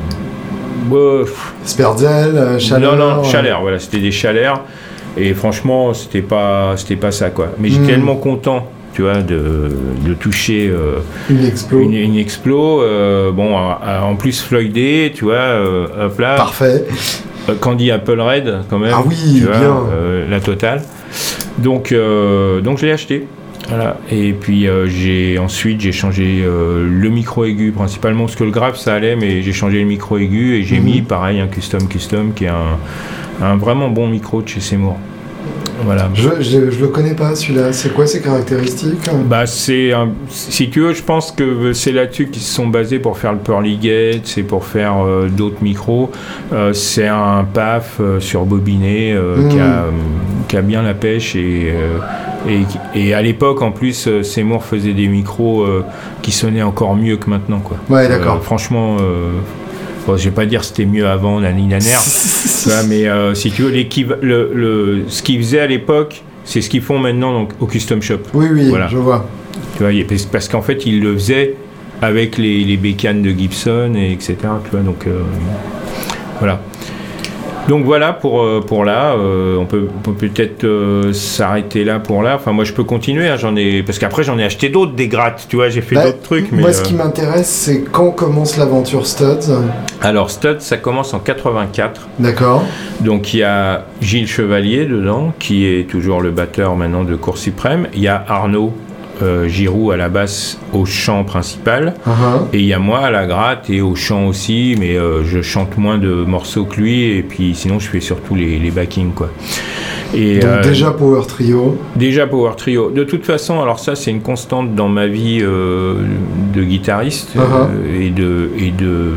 Oh. Sperzel, euh, Schaller. Non non, Schaller, euh... voilà, c'était des Schaller. Et franchement, c'était pas, c'était pas ça quoi. Mais j'étais mmh. tellement content, tu vois, de, de toucher euh, une explo. Une, une explo. Euh, bon, euh, en plus floydé, tu vois, euh, hop là. Parfait. Euh, Candy Apple Red quand même. Ah oui, tu vois, bien. Euh, la totale. Donc, euh, donc je l'ai acheté. Voilà. Et puis euh, j'ai ensuite j'ai changé euh, le micro aigu principalement parce que le grave ça allait, mais j'ai changé le micro aigu et j'ai mmh. mis pareil un custom custom qui est un, un vraiment bon micro de chez Seymour. Voilà. Je, je, je le connais pas celui-là. C'est quoi ses caractéristiques ? Bah c'est un, si tu veux, je pense que c'est là-dessus qu'ils se sont basés pour faire le Pearly Gate, c'est pour faire euh, d'autres micros. Euh, c'est un P A F euh, surbobiné euh, mmh. qui, a, qui a bien la pêche et euh, et, et à l'époque en plus euh, Seymour faisait des micros euh, qui sonnaient encore mieux que maintenant quoi. Ouais d'accord. Euh, franchement. Euh, Bon, je vais pas dire c'était mieux avant la ligne naner, mais euh, si tu veux, le, le, ce qu'ils faisaient à l'époque, c'est ce qu'ils font maintenant donc, au Custom Shop. Oui, oui, voilà. Je vois. Tu vois, parce qu'en fait, ils le faisaient avec les, les bécanes de Gibson, et etc. Tu vois, donc euh, voilà. Donc voilà pour, euh, pour là, euh, on peut, on peut peut-être euh, s'arrêter là pour là. Enfin moi je peux continuer, hein, j'en ai, parce qu'après j'en ai acheté d'autres des grattes, tu vois, j'ai fait bah, d'autres trucs. Moi mais, ce euh... qui m'intéresse c'est quand commence l'aventure Studs. Alors Studs ça commence en quatre-vingt-quatre. D'accord. Donc il y a Gilles Chevalier dedans, qui est toujours le batteur maintenant de Cour Suprême. Il y a Arnaud Euh, Giroud à la basse au chant principal uh-huh. et il y a moi à la gratte et au chant aussi, mais euh, je chante moins de morceaux que lui et puis sinon je fais surtout les, les backings quoi. Et, donc euh, déjà Power Trio déjà Power Trio de toute façon, alors ça c'est une constante dans ma vie euh, de guitariste uh-huh. euh, et de et de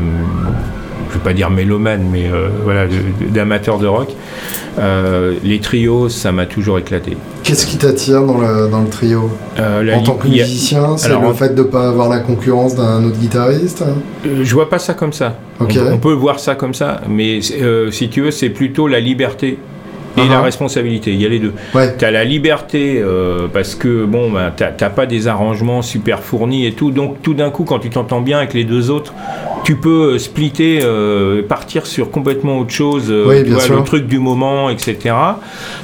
je vais pas dire mélomane mais euh, voilà de, de, d'amateur de rock. Euh, les trios, ça m'a toujours éclaté. Qu'est-ce qui t'attire dans le, dans le trio euh, la En li- tant que musicien, a... c'est Alors, le fait de ne pas avoir la concurrence d'un autre guitariste euh, Je vois pas ça comme ça. Okay. On, on peut voir ça comme ça, mais euh, si tu veux, c'est plutôt la liberté et uh-huh. la responsabilité, il y a les deux. Ouais. Tu as la liberté euh, parce que bon, bah, tu n'as pas des arrangements super fournis et tout, donc tout d'un coup, quand tu t'entends bien avec les deux autres, tu peux splitter, euh, partir sur complètement autre chose, euh, oui, tu vois, sûr. le truc du moment, et cetera.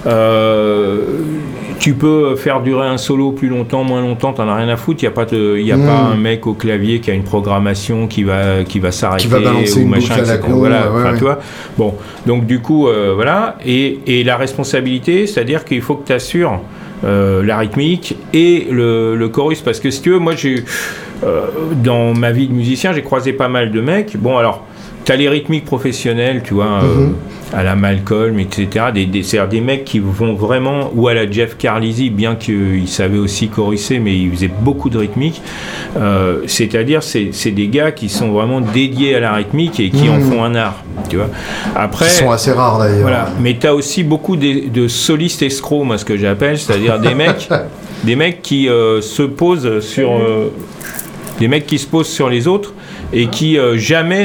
Euh, tu peux faire durer un solo plus longtemps, moins longtemps, t'en as rien à foutre. Il n'y a, pas, de, y a mmh. pas un mec au clavier qui a une programmation qui va, qui va s'arrêter qui va balancer ou une machin, boucle à la con, voilà, ouais, enfin, ouais. tu vois. Bon, donc du coup, euh, voilà. Et, et la responsabilité, c'est-à-dire qu'il faut que tu assures euh, la rythmique et le, le chorus. Parce que si tu veux, moi, j'ai, euh, dans ma vie de musicien, j'ai croisé pas mal de mecs. Bon, alors, tu as les rythmiques professionnels, tu vois, mm-hmm. euh, à la Malcolm, et cetera. Des, des, c'est-à-dire des mecs qui vont vraiment, ou à la Jeff Carlisi, bien qu'il savait aussi chorisser, mais il faisait beaucoup de rythmique. Euh, c'est-à-dire, c'est, c'est des gars qui sont vraiment dédiés à la rythmique et qui mm-hmm. en font un art, tu vois. Après, qui sont assez rares d'ailleurs. Voilà. Mais tu as aussi beaucoup de, de solistes escrocs, moi, ce que j'appelle, c'est-à-dire des mecs, des mecs qui euh, se posent sur... Euh, des mecs qui se posent sur les autres et qui euh, jamais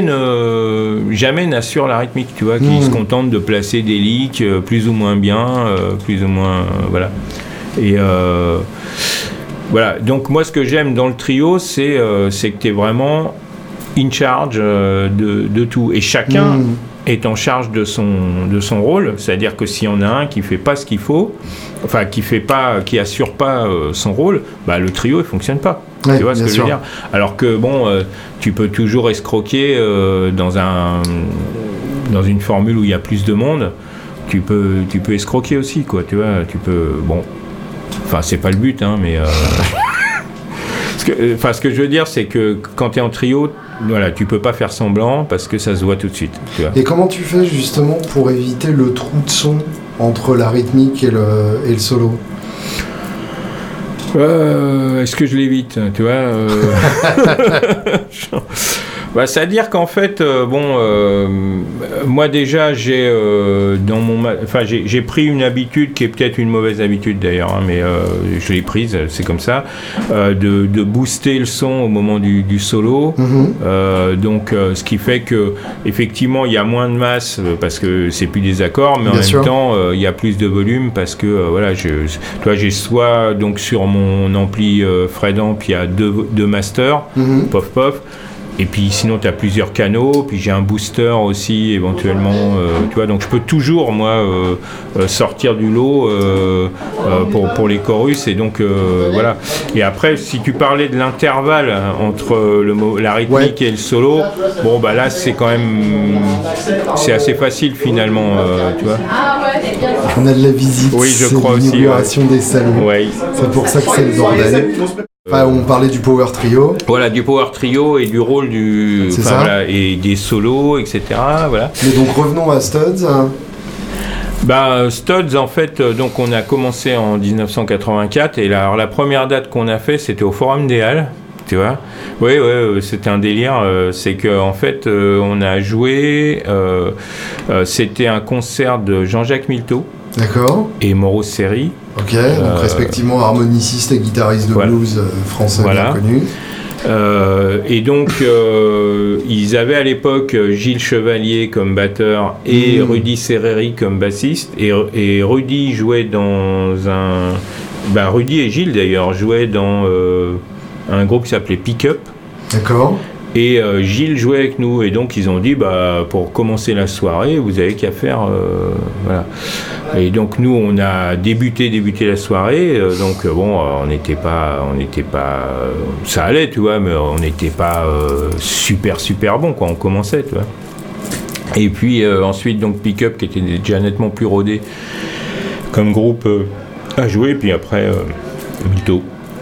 ne jamais n'assurent la rythmique, tu vois, qui mmh. se contentent de placer des licks euh, plus ou moins bien, euh, plus ou moins euh, voilà. Et euh, voilà. Donc moi, ce que j'aime dans le trio, c'est euh, c'est que tu es vraiment in charge euh, de, de tout et chacun mmh. est en charge de son de son rôle. C'est-à-dire que s'il y en a un qui fait pas ce qu'il faut, enfin qui fait pas, qui assure pas euh, son rôle, bah le trio il fonctionne pas. Ouais, tu vois ce que sûr. je veux dire ? Alors que bon, euh, tu peux toujours escroquer euh, dans un dans une formule où il y a plus de monde. Tu peux tu peux escroquer aussi, quoi. Tu vois, tu peux bon. Enfin, c'est pas le but, hein, mais. Euh... ce que, enfin, ce que je veux dire, c'est que quand tu es en trio, voilà, tu peux pas faire semblant parce que ça se voit tout de suite. Tu vois. Et comment tu fais justement pour éviter le trou de son entre la rythmique et le et le solo ? Euh, est-ce que je l'évite, tu vois euh... Bah, c'est-à-dire qu'en fait, euh, bon, euh, moi déjà, j'ai euh, dans mon, enfin, j'ai, j'ai pris une habitude qui est peut-être une mauvaise habitude d'ailleurs, hein, mais euh, je l'ai prise, c'est comme ça, euh, de, de booster le son au moment du, du solo. Mm-hmm. Euh, donc, euh, ce qui fait que effectivement, il y a moins de masse parce que c'est plus des accords, mais Bien en même sûr. temps, euh, il y a plus de volume parce que euh, voilà, je, toi, j'ai soit donc sur mon ampli euh, Fredamp, il y a deux, deux masters, mm-hmm. pof pof. Et puis sinon tu as plusieurs canaux, puis j'ai un booster aussi éventuellement, euh, tu vois, donc je peux toujours moi euh, euh, sortir du lot euh, euh, pour, pour les chorus, et donc euh, voilà. Et après, si tu parlais de l'intervalle hein, entre le, la rythmique ouais. et le solo, bon bah là c'est quand même, c'est assez facile finalement, euh, tu vois. On a de la visite, oui, je c'est crois l'inauguration aussi, ouais. des salons, ouais. c'est pour ça que c'est le bordel. Enfin, on parlait du power trio. Voilà, du power trio et du rôle du, c'est enfin, ça. Voilà, et des solos, et cetera. Voilà. Mais donc revenons à Studs. Bah, Studs, en fait, donc on a commencé en dix-neuf cent quatre-vingt-quatre, et là, alors, la première date qu'on a fait, c'était au Forum des Halles. Tu vois, oui, oui, c'était un délire. Euh, c'est que en fait, euh, on a joué. Euh, euh, c'était un concert de Jean-Jacques Milteau. D'accord. Et Mauro Serri. Ok, donc euh, respectivement harmoniciste et guitariste de voilà. blues français voilà. bien connu. Euh, et donc, euh, ils avaient à l'époque Gilles Chevalier comme batteur et mmh. Rudy Serreri comme bassiste. Et, et Rudy jouait dans un. Bah, Rudy et Gilles d'ailleurs jouaient dans euh, un groupe qui s'appelait Pick Up. D'accord. Et euh, Gilles jouait avec nous, et donc ils ont dit bah pour commencer la soirée vous avez qu'à faire euh, voilà. Et donc nous on a débuté débuté la soirée, euh, donc euh, bon on n'était pas on n'était pas euh, ça allait tu vois, mais on n'était pas euh, super super bon quand on commençait tu vois. Et puis euh, ensuite donc Pick Up qui était déjà nettement plus rodé comme groupe euh, a joué, et puis après euh, Milteau.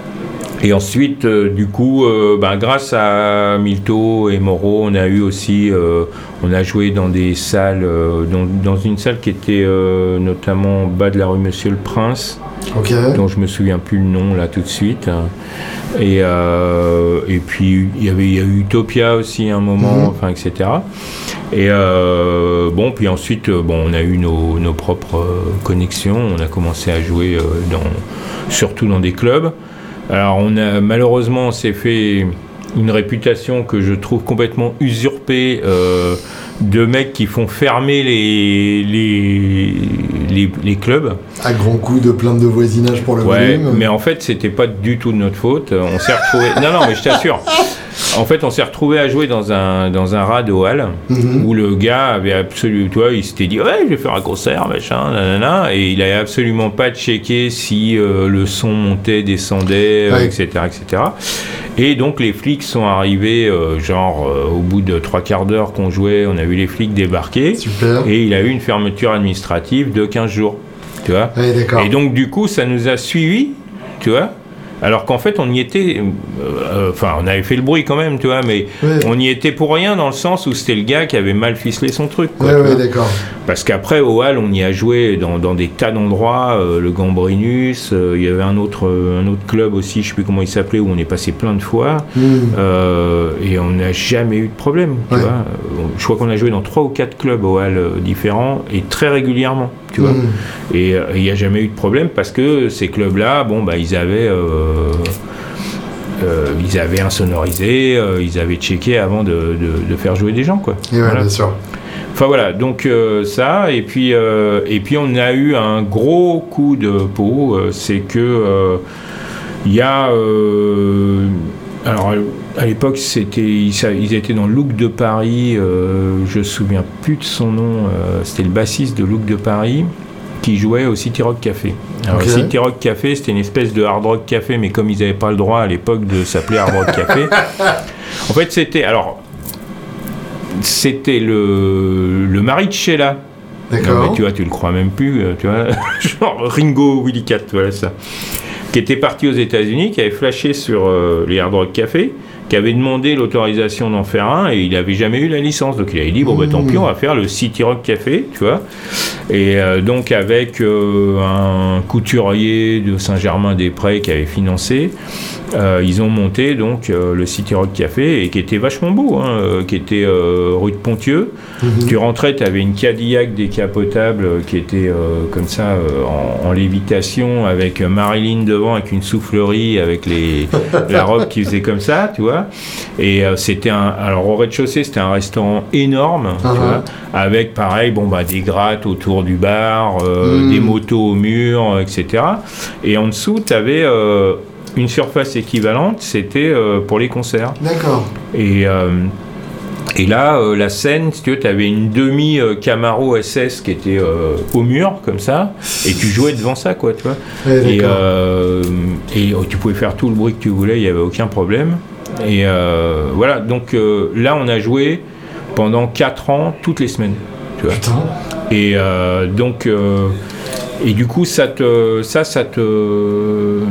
Et ensuite, euh, du coup, euh, bah, grâce à Milteau et Moreau, on a eu aussi, euh, on a joué dans des salles, euh, dans, dans une salle qui était euh, notamment au bas de la rue Monsieur le Prince, okay. dont je me souviens plus le nom là tout de suite. Et, euh, et puis il y avait il y a eu Utopia aussi à un moment, mm-hmm. enfin et cetera. Et euh, bon, puis ensuite, bon, on a eu nos, nos propres connexions. On a commencé à jouer euh, dans, surtout dans des clubs. Alors on a malheureusement on s'est fait une réputation que je trouve complètement usurpée euh, de mecs qui font fermer les, les, les, les clubs. À grands coups de plainte de voisinage pour le ouais, volume. Mais en fait c'était pas du tout de notre faute. On s'est retrouvés. Non non mais je t'assure. En fait, on s'est retrouvé à jouer dans un dans un rad aux Halles mm-hmm. où le gars avait absolument, tu vois, il s'était dit ouais, je vais faire un concert, machin, nanana, et il avait absolument pas checké si euh, le son montait, descendait, ouais. euh, et cetera, et cetera. Et donc les flics sont arrivés, euh, genre euh, au bout de trois quarts d'heure qu'on jouait, on a vu les flics débarquer. Super. Et il a eu une fermeture administrative de quinze jours, tu vois. Ouais, d'accord. Et donc du coup, ça nous a suivis, tu vois. Alors qu'en fait, on y était... Enfin, euh, on avait fait le bruit quand même, tu vois, mais ouais. on y était pour rien dans le sens où c'était le gars qui avait mal ficelé son truc, quoi. Ouais, ouais, d'accord. Parce qu'après, au Hall, on y a joué dans, dans des tas d'endroits, euh, le Gambrinus, euh, il y avait un autre, euh, un autre club aussi, je sais plus comment il s'appelait, où on est passé plein de fois, mmh. euh, et on n'a jamais eu de problème, tu ouais. vois. Je crois qu'on a joué dans trois ou quatre clubs au Hall euh, différents, et très régulièrement, tu mmh. vois. Et il n'y a jamais eu de problème, parce que ces clubs-là, bon, bah, ils avaient... Euh, Euh, euh, ils avaient insonorisé, euh, ils avaient checké avant de, de, de faire jouer des gens, quoi. Et ouais, voilà. Bien sûr. Enfin voilà, donc euh, ça, et puis, euh, et puis on a eu un gros coup de peau, euh, c'est que il euh, y a... Euh, alors à l'époque, c'était, ils, ils étaient dans Look de Paris, euh, je me souviens plus de son nom, euh, c'était le bassiste de Look de Paris, qui jouait au City Rock Café. Alors, okay. City Rock Café, c'était une espèce de hard rock café, mais comme ils n'avaient pas le droit à l'époque de s'appeler hard rock café, en fait, c'était... Alors, c'était le, le mari de Sheila. D'accord. Non, mais tu vois, tu le crois même plus, tu vois. Genre Ringo Willy Cat, voilà ça. Qui était parti aux États-Unis, qui avait flashé sur euh, les hard rock café, qui avait demandé l'autorisation d'en faire un, et il n'avait jamais eu la licence. Donc il avait dit, bon, bah tant pis, on va faire le City Rock Café, tu vois. Et euh, donc avec euh, un couturier de Saint-Germain-des-Prés qui avait financé, euh, ils ont monté donc euh, le City Rock Café, et qui était vachement beau, hein, euh, qui était euh, rue de Pontieux. Mm-hmm. Tu rentrais, tu avais une Cadillac décapotable euh, qui était euh, comme ça euh, en, en lévitation, avec Marilyn devant, avec une soufflerie, avec les, la robe qui faisait comme ça, tu vois. Et euh, c'était un, alors au rez-de-chaussée, c'était un restaurant énorme, uh-huh. tu vois, avec pareil, bon bah des grattes autour du bar, euh, mm. des motos au mur, et cetera. Et en dessous, tu avais euh, une surface équivalente, c'était euh, pour les concerts. D'accord. Et euh, Et là, euh, la scène, si tu veux, tu avais une demi-Camaro S S qui était euh, au mur, comme ça, et tu jouais devant ça, quoi, tu vois. Ouais, et euh, et oh, tu pouvais faire tout le bruit que tu voulais, il n'y avait aucun problème. Et euh, voilà, donc euh, là, on a joué pendant quatre ans, toutes les semaines, tu vois. Putain. Et euh, donc, euh, et du coup, ça te, ça, ça te,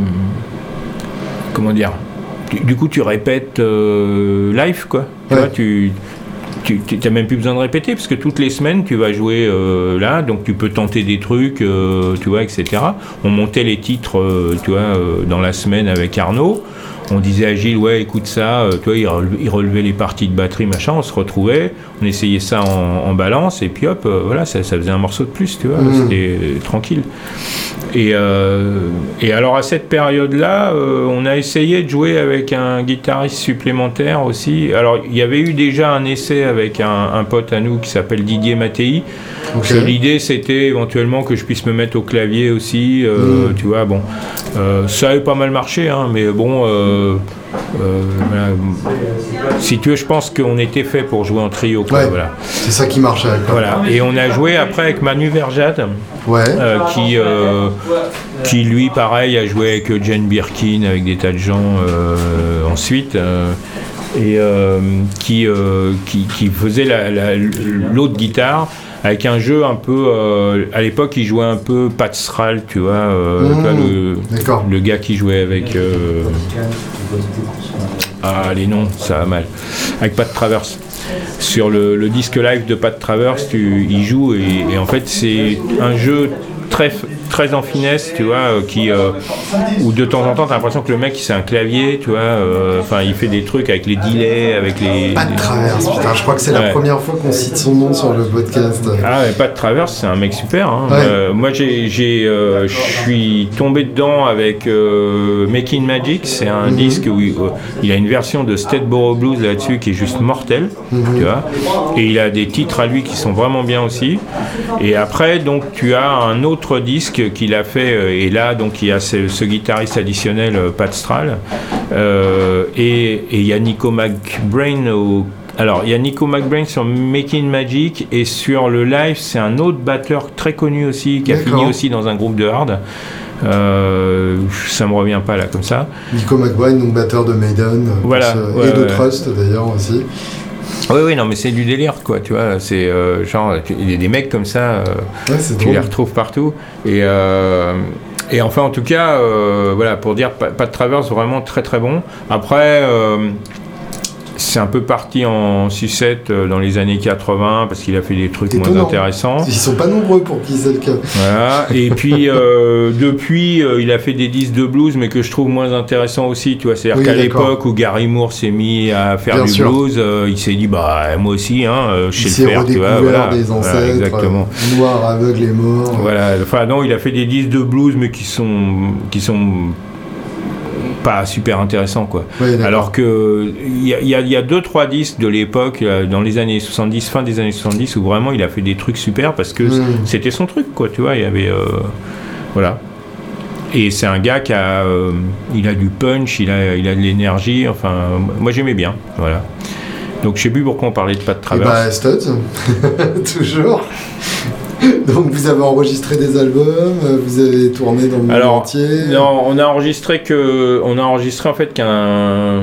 comment dire, du, du coup, tu répètes euh, live, quoi. Tu ouais. vois, tu, tu, tu n'as même plus besoin de répéter, parce que toutes les semaines, tu vas jouer euh, là, donc tu peux tenter des trucs, euh, tu vois, et cetera. On montait les titres, euh, tu vois, euh, dans la semaine avec Arnaud. On disait à Gilles, ouais, écoute ça, euh, tu vois, il relevait, il relevait les parties de batterie, machin, on se retrouvait, on essayait ça en, en balance, et puis hop, euh, voilà, ça, ça faisait un morceau de plus, tu vois, mmh. c'était euh, tranquille. Et, euh, et alors à cette période-là, euh, on a essayé de jouer avec un guitariste supplémentaire aussi. Alors il y avait eu déjà un essai avec un, un pote à nous qui s'appelle Didier Mattei. Okay. L'idée c'était éventuellement que je puisse me mettre au clavier aussi, euh, mmh. tu vois, bon, euh, ça avait pas mal marché, hein, mais bon, euh, euh, voilà. Si tu veux, je pense qu'on était fait pour jouer en trio, quoi, ouais, voilà. C'est ça qui marchait. Voilà, et on a joué après avec Manu Verjade, ouais. euh, qui, euh, qui lui, pareil, a joué avec Jane Birkin, avec des tas de gens euh, ensuite. Euh, et euh, qui, euh, qui, qui faisait la, la, l'autre guitare avec un jeu un peu euh, à l'époque il jouait un peu Pat Stral, tu vois, euh, mmh, le, le gars qui jouait avec euh, ah les noms ça va mal, avec Pat Travers. Sur le, le disque live de Pat Travers, tu, il joue et, et en fait c'est un jeu très, très en finesse, tu vois, euh, qui, euh, où de temps en temps, t'as l'impression que le mec, c'est un clavier, tu vois, enfin, euh, il fait des trucs avec les delays, avec les... Pat Travers, putain, je crois que c'est ouais. la première fois qu'on cite son nom sur le podcast. Ah ouais, Pat Travers, c'est un mec super, hein. Ouais. Euh, moi, j'ai, j'ai, euh, je suis tombé dedans avec euh, Making Magic, c'est un mm-hmm. disque où il, euh, il a une version de Statesboro Blues là-dessus qui est juste mortelle, mm-hmm. tu vois, et il a des titres à lui qui sont vraiment bien aussi. Et après, donc, tu as un autre disque qu'il a fait, et là donc il y a ce, ce guitariste additionnel Pat Stral, euh, et il y a Nico McBrain au, alors il y a Nico McBrain sur Making Magic, et sur le live c'est un autre batteur très connu aussi qui a D'accord. fini aussi dans un groupe de hard. Euh, ça me revient pas là comme ça. Nico McBrain, donc batteur de Maiden, voilà, ce, ouais, et de ouais. Trust d'ailleurs aussi. Oui, oui, non, mais c'est du délire, quoi, tu vois, c'est euh, genre, il y a des mecs comme ça, euh, ouais, tu drôle. Les retrouves partout, et, euh, et enfin, en tout cas, euh, voilà, pour dire, Pat Travers, vraiment très très bon. Après, euh, c'est un peu parti en sucette dans les années quatre-vingts, parce qu'il a fait des trucs Étonnant. moins intéressants. Ils sont pas nombreux pour qui c'est le cas. Voilà, et puis, euh, depuis, euh, il a fait des disques de blues, mais que je trouve moins intéressants aussi, tu vois, c'est-à-dire oui, qu'à d'accord. l'époque où Gary Moore s'est mis à faire Bien du sûr. blues, euh, il s'est dit, bah, moi aussi, hein, je sais le faire, tu vois. Voilà, des ancêtres, voilà, exactement. Euh, noirs, aveugles et morts. Voilà, enfin, non, il a fait des disques de blues, mais qui sont, qui sont pas super intéressant, quoi. Oui, alors que il y, y, y a deux trois disques de l'époque dans les années soixante-dix, fin des années soixante-dix, où vraiment il a fait des trucs super parce que mmh. c'était son truc, quoi, tu vois, il y avait euh, voilà, et c'est un gars qui a euh, il a du punch, il a, il a de l'énergie, enfin moi j'aimais bien, voilà. Donc je sais plus pourquoi on parlait de Pat Travers. Bah Studs toujours. Donc vous avez enregistré des albums, vous avez tourné dans le monde Alors, entier. Non, on a enregistré que, on a enregistré en fait qu'un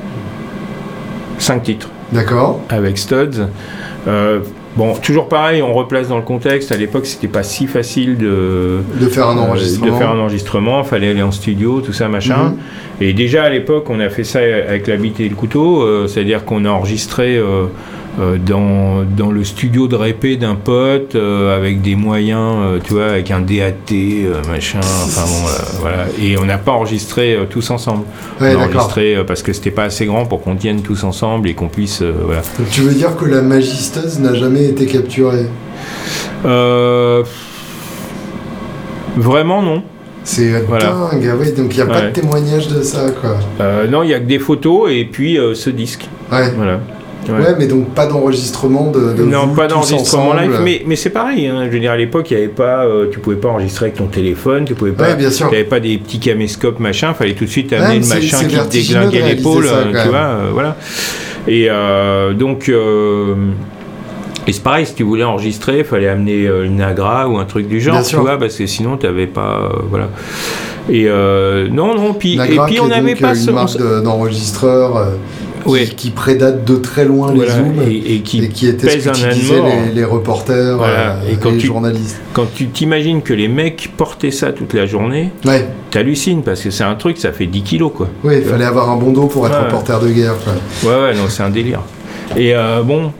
cinq titres. D'accord. Avec Studs. Euh, bon, toujours pareil, on replace dans le contexte. À l'époque, c'était pas si facile de de faire un enregistrement. Euh, de faire un enregistrement. Fallait aller en studio, tout ça, machin. Mm-hmm. Et déjà à l'époque, on a fait ça avec la bite et le couteau, euh, c'est-à-dire qu'on a enregistré. Euh, euh, dans, dans le studio de répé d'un pote, euh, avec des moyens, euh, tu vois, avec un D A T, euh, machin, enfin bon, euh, voilà. Et on n'a pas enregistré euh, tous ensemble. Ouais, on a d'accord. enregistré euh, parce que c'était pas assez grand pour qu'on tienne tous ensemble et qu'on puisse, euh, voilà. Donc tu veux dire que la majestueuse n'a jamais été capturée? Euh... Vraiment, non. C'est Voilà. dingue, ah oui, donc il n'y a pas Ouais. de témoignage de ça, quoi. Euh, non, il y a que des photos et puis euh, ce disque. Ouais. Voilà. Ouais, Ouais. mais donc pas d'enregistrement de, de non, vous pas tous d'enregistrement ensemble. live, mais, mais c'est pareil. Hein. Je veux dire, à l'époque, il y avait pas, euh, tu pouvais pas enregistrer avec ton téléphone, tu pouvais pas, Ouais, bien sûr. il y avait pas des petits caméscopes machin. Fallait tout de suite Ouais, amener mais le c'est- machin c'est qui te vertigineux de déglinguait réaliser l'épaule, ça, euh, quand tu même. vois, euh, voilà. Et euh, donc. Euh, Et c'est pareil, si tu voulais enregistrer, il fallait amener euh, une Nagra ou un truc du genre, Bien tu sûr. vois, parce que sinon tu n'avais pas, euh, voilà. Et euh, non, non, puis Nagra, et puis qui on est n'avait donc, pas euh, ce, une marque de- d'enregistreur euh, qui, Ouais. qui prédate de très loin voilà, les zooms et, et qui, et qui était pèse ce que un tu âne disais mort. les, les reporters Voilà. euh, Et quand les tu- journalistes. Quand tu t'imagines que les mecs portaient ça toute la journée, Ouais, t'hallucines parce que c'est un truc, ça fait dix kilos quoi. ouais, il fallait avoir un bon dos pour être Ouais. reporter de guerre, quoi. Ouais, ouais, non, c'est un délire. Et euh, bon,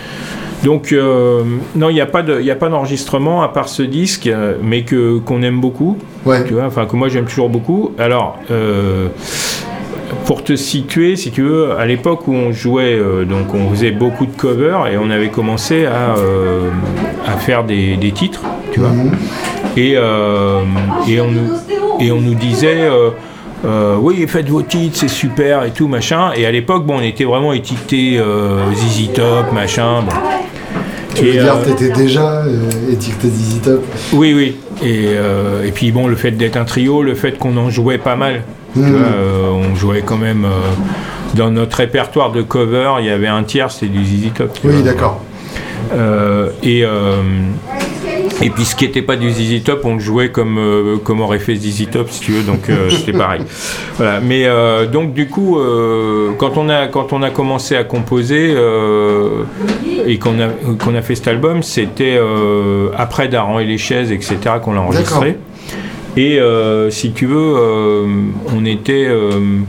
donc euh, non, il n'y a pas de, il y a pas d'enregistrement à part ce disque, euh, mais que qu'on aime beaucoup. Ouais, Tu vois, enfin que moi j'aime toujours beaucoup. Alors, euh, pour te situer, si tu veux, à l'époque où on jouait, euh, donc on faisait beaucoup de covers et on avait commencé à, euh, à faire des, des titres, tu vois. Mhm. Et, euh, et, on, nous, et on nous disait, euh, euh, oui, faites vos titres, c'est super et tout, machin. Et à l'époque, bon, on était vraiment étiqueté euh, Z Z Top, machin. Bon. Tu veux Et, dire euh, que t'étais déjà euh, étiqueté Z Z Top? Oui, oui. Et, euh, et puis bon, le fait d'être un trio, le fait qu'on en jouait pas mal. Tu Mhm. vois, euh, on jouait quand même euh, dans notre répertoire de cover, il y avait un tiers, c'était du Z Z Top. tu Oui, vois. d'accord. Euh, et, euh, et puis ce qui n'était pas du Z Z Top, on le jouait comme, euh, comme aurait fait Z Z Top, si tu veux, donc euh, c'était pareil. Voilà. Mais euh, donc du coup, euh, quand, on a, quand on a commencé à composer euh, et qu'on a, qu'on a fait cet album, c'était euh, après Daran et les chaises, et cetera, qu'on l'a enregistré. Et euh, si tu veux, euh, on était euh,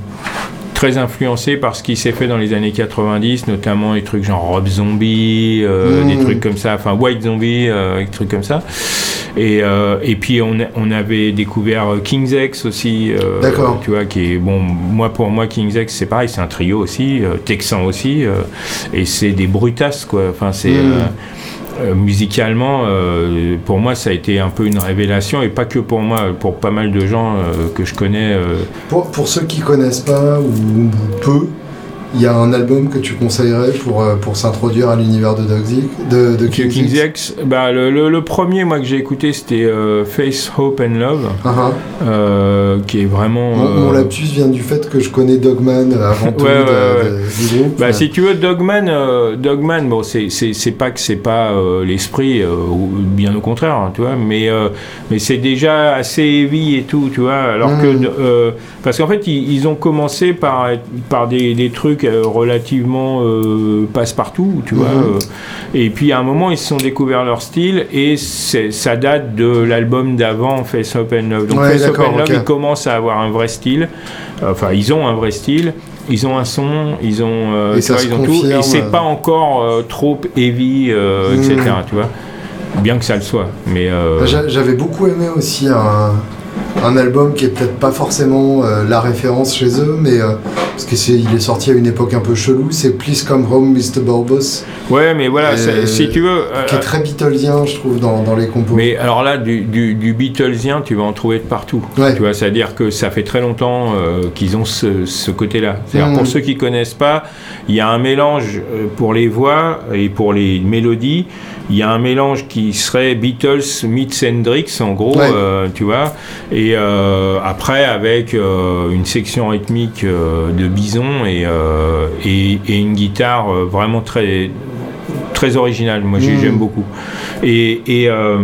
très influencé par ce qui s'est fait dans les années quatre-vingt-dix, notamment des trucs genre Rob Zombie, euh, Mmh. des trucs comme ça, enfin White Zombie, euh, des trucs comme ça. Et, euh, et puis on, a- on avait découvert King's X aussi, euh, D'accord. tu vois, qui est bon. Moi pour moi King's X c'est pareil, c'est un trio aussi, euh, texan aussi, euh, et c'est des brutasses quoi. Enfin c'est Mmh. euh, euh, musicalement, euh, pour moi ça a été un peu une révélation, et pas que pour moi, pour pas mal de gens euh, que je connais. Euh, Pour, pour ceux qui connaissent pas ou, ou peu, il y a un album que tu conseillerais pour, euh, pour s'introduire à l'univers de Dogzy, de, de King's King's X. X, bah, le, le, le premier moi que j'ai écouté c'était euh, Faith, Hope and Love, Ah, ah. euh, qui est vraiment. Mon, mon euh, lapsus vient du fait que je connais Dogman avant tout Ouais, ouais, de- ouais. de- du groupe. Bah, si tu veux, Dogman, euh, Dogman, bon, c'est, c'est, c'est pas que c'est pas euh, l'esprit, euh, ou bien au contraire, hein, tu vois, mais, euh, mais c'est déjà assez heavy et tout, tu vois, alors Mm. que, euh, parce qu'en fait, ils, ils ont commencé par, être- par des, des trucs euh, relativement euh, passe-partout, tu vois, Mhm. euh, et puis à un moment, ils se sont découverts leur style, et c'est, ça date de l'album d'avant, Face Up and Love. Donc, Ouais, Face Up d'accord, and Love, ok. ils commencent à avoir un vrai style, enfin, ils ont un vrai style. Ils ont un son, ils ont, euh, Et tu ça vois, se ils ont tout, confirme. et c'est pas encore euh, trop heavy, euh, Mm. et cetera. Tu vois, bien que ça le soit, mais euh, Bah, j'a- J'avais beaucoup aimé aussi un, un album qui est peut-être pas forcément euh, la référence chez eux, mais euh, parce que c'est, il est sorti à une époque un peu chelou, c'est Please Come Home mister Borbos, ouais, mais voilà, Euh, c'est- si tu veux, euh, qui est très Beatlesien, je trouve, dans, dans les compos. mais alors là, du, du, du Beatlesien, tu vas en trouver de partout. Ouais. Tu vois, c'est-à-dire que ça fait très longtemps euh, qu'ils ont ce, ce côté-là. C'est-à-dire, Mm. pour ceux qui connaissent pas, il y a un mélange euh, pour les voix et pour les mélodies. Il y a un mélange qui serait Beatles meets Hendrix, en gros, Ouais. euh, tu vois. Et euh, après, avec euh, une section rythmique euh, de Bison et, euh, et, et une guitare euh, vraiment très, très originale. Moi, j'ai- Mm. j'aime beaucoup. Et, et, euh,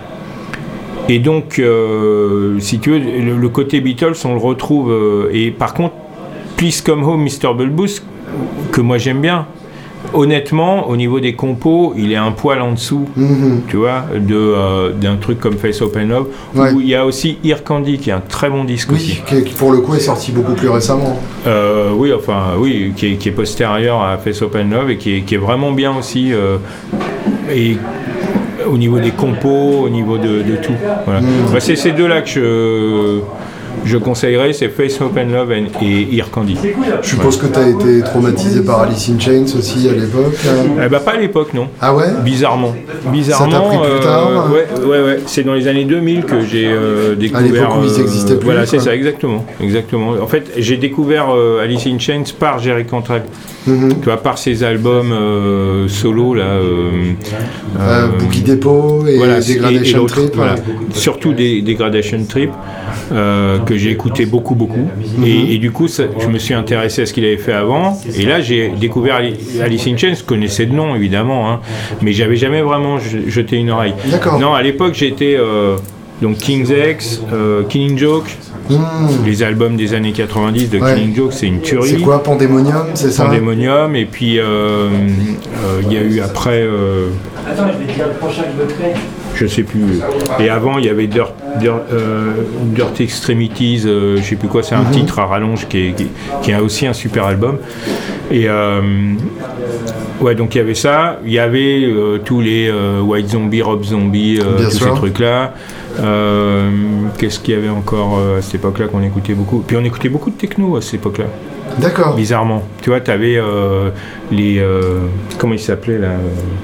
et donc, euh, si tu veux, le, le côté Beatles, on le retrouve. euh, et par contre, Please Come Home, mister Bulbous, que moi j'aime bien, honnêtement, au niveau des compos, il est un poil en dessous, mm-hmm. tu vois, de, euh, d'un truc comme Face Open Love, ouais. où il y a aussi Ear Candy, qui est un très bon disque oui, aussi. Qui, qui pour le coup est sorti beaucoup plus récemment. Euh, oui, enfin, oui, qui est, qui est postérieur à Face Open Love et qui est, qui est vraiment bien aussi. Euh, et au niveau des compos, au niveau de, de tout. Voilà. Mm. Bah, c'est ces deux-là que je... je conseillerais, c'est Face Open Love et Ear Candy. Je suppose ouais. que tu as été traumatisé par Alice in Chains aussi à l'époque. Euh, bah, pas à l'époque, non. Ah ouais? Bizarrement. Bizarrement. Ça t'a pris plus euh, tard? Ouais, ouais, ouais. C'est dans les années deux mille que j'ai euh, découvert. À l'époque où ils existaient plus. Voilà, c'est quoi. ça, exactement, exactement. En fait, j'ai découvert euh, Alice in Chains par Jerry Cantrell. Mm-hmm. Tu vois, par ses albums euh, solo là. Euh, euh, euh, Boogie Depot et voilà, Degradation et, et Trip. Voilà. Ouais. Surtout des Degradation Trip. Euh, que j'ai écouté beaucoup beaucoup mm-hmm. et, et du coup ça, je me suis intéressé à ce qu'il avait fait avant et là j'ai découvert Alice in Chains, je connaissais de nom évidemment hein, mais j'avais jamais vraiment jeté une oreille. D'accord. Non, à l'époque j'étais euh, donc King's X, euh, Killing Joke, mm. les albums des années quatre-vingt-dix de ouais. Killing Joke, c'est une tuerie. C'est quoi, Pandemonium, c'est ça? Pandemonium, et puis il euh, euh, y a eu après euh, attends, je vais dire le prochain que je me crée. Je sais plus. Et avant, il y avait Dirt, Dirt, euh, Dirt Extremities, euh, je sais plus quoi, c'est un mm-hmm. titre à rallonge qui est, qui, qui a aussi un super album. Et euh, ouais, donc il y avait ça. Il y avait euh, tous les euh, White Zombie, Rob Zombie, euh, tous sûr. Ces trucs-là. Euh, qu'est-ce qu'il y avait encore euh, à cette époque-là qu'on écoutait beaucoup? Puis on écoutait beaucoup de techno à cette époque-là. D'accord. Bizarrement. Tu vois, tu avais euh, les. Euh, comment ils s'appelaient là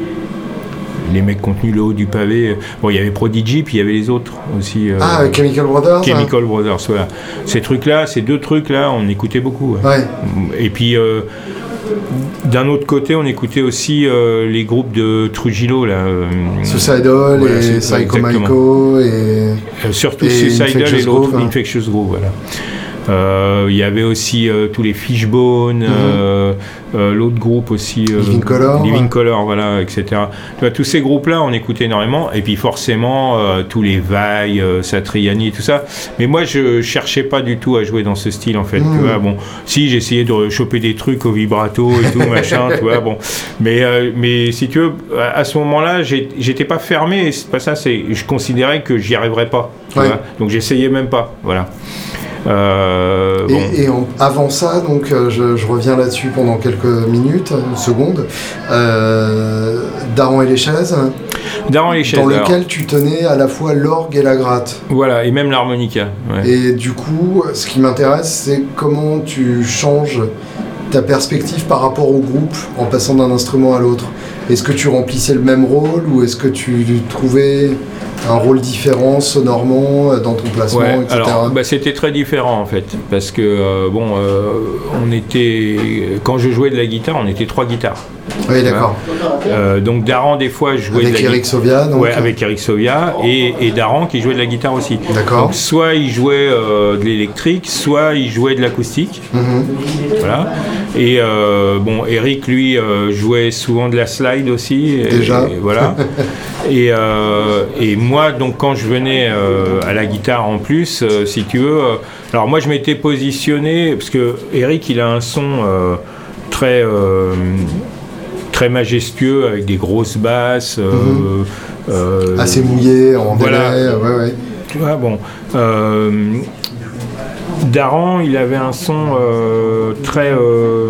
les mecs contenus le haut du pavé. Bon, il y avait Prodigy, puis il y avait les autres aussi. Euh, ah, Chemical Brothers. Chemical hein. Brothers, voilà. Ces trucs-là, ces deux trucs-là, on écoutait beaucoup. Ouais. Ouais. Et puis, euh, d'un autre côté, on écoutait aussi euh, les groupes de Trujillo, là. Euh, Suicidal voilà, et Psycho Maiko et... Euh, surtout et Suicidal et l'autre, Groove, hein. Infectious Groove, voilà. Il euh, y avait aussi euh, tous les Fishbone, mm-hmm. euh, euh, l'autre groupe aussi, euh, Living Colour, Living ouais. Colour, voilà, et cetera. Tu vois, tous ces groupes-là, on écoutait énormément, et puis forcément euh, tous les Vai, euh, Satriani, tout ça. Mais moi, je cherchais pas du tout à jouer dans ce style, en fait. Mm. Tu vois, bon, si j'essayais de choper des trucs au vibrato et tout machin, tu vois, bon. Mais euh, mais si tu veux, à, à ce moment-là, j'ai, j'étais pas fermé. C'est pas ça. C'est, je considérais que j'y arriverais pas. Tu ouais. vois, donc j'essayais même pas, voilà. Euh, et bon. et en, avant ça, donc euh, je, je reviens là-dessus pendant quelques minutes, secondes. Euh, Daron et les chaises. Daron et les chaises. Dans lequel alors. tu tenais à la fois l'orgue et la gratte. Voilà, et même l'harmonica. Ouais. Et du coup, ce qui m'intéresse, c'est comment tu changes ta perspective par rapport au groupe en passant d'un instrument à l'autre. Est-ce que tu remplissais le même rôle ou est-ce que tu trouvais un rôle différent sonorement dans ton placement, ouais, et cetera. Alors, bah, c'était très différent en fait, parce que euh, bon, euh, on était, quand je jouais de la guitare, on était trois guitares. Oui, d'accord. Euh, donc Daran, des fois, je jouais avec de la Eric Sovia, donc... ouais, avec Eric Sovia et, et Daran qui jouait de la guitare aussi. D'accord. Donc soit il jouait euh, de l'électrique, soit il jouait de l'acoustique. Mm-hmm. Voilà. Et euh, bon, Eric lui euh, jouait souvent de la slide aussi. Déjà. Et, et voilà. et, euh, et moi, donc quand je venais euh, à la guitare en plus, euh, si tu veux, euh, alors moi je m'étais positionné parce que Eric il a un son euh, très euh, très majestueux avec des grosses basses. Euh, mm-hmm. euh, assez mouillé en voilà. délai. Ouais, ouais. Tu vois, bon. Euh, Daran, il avait un son euh, très euh,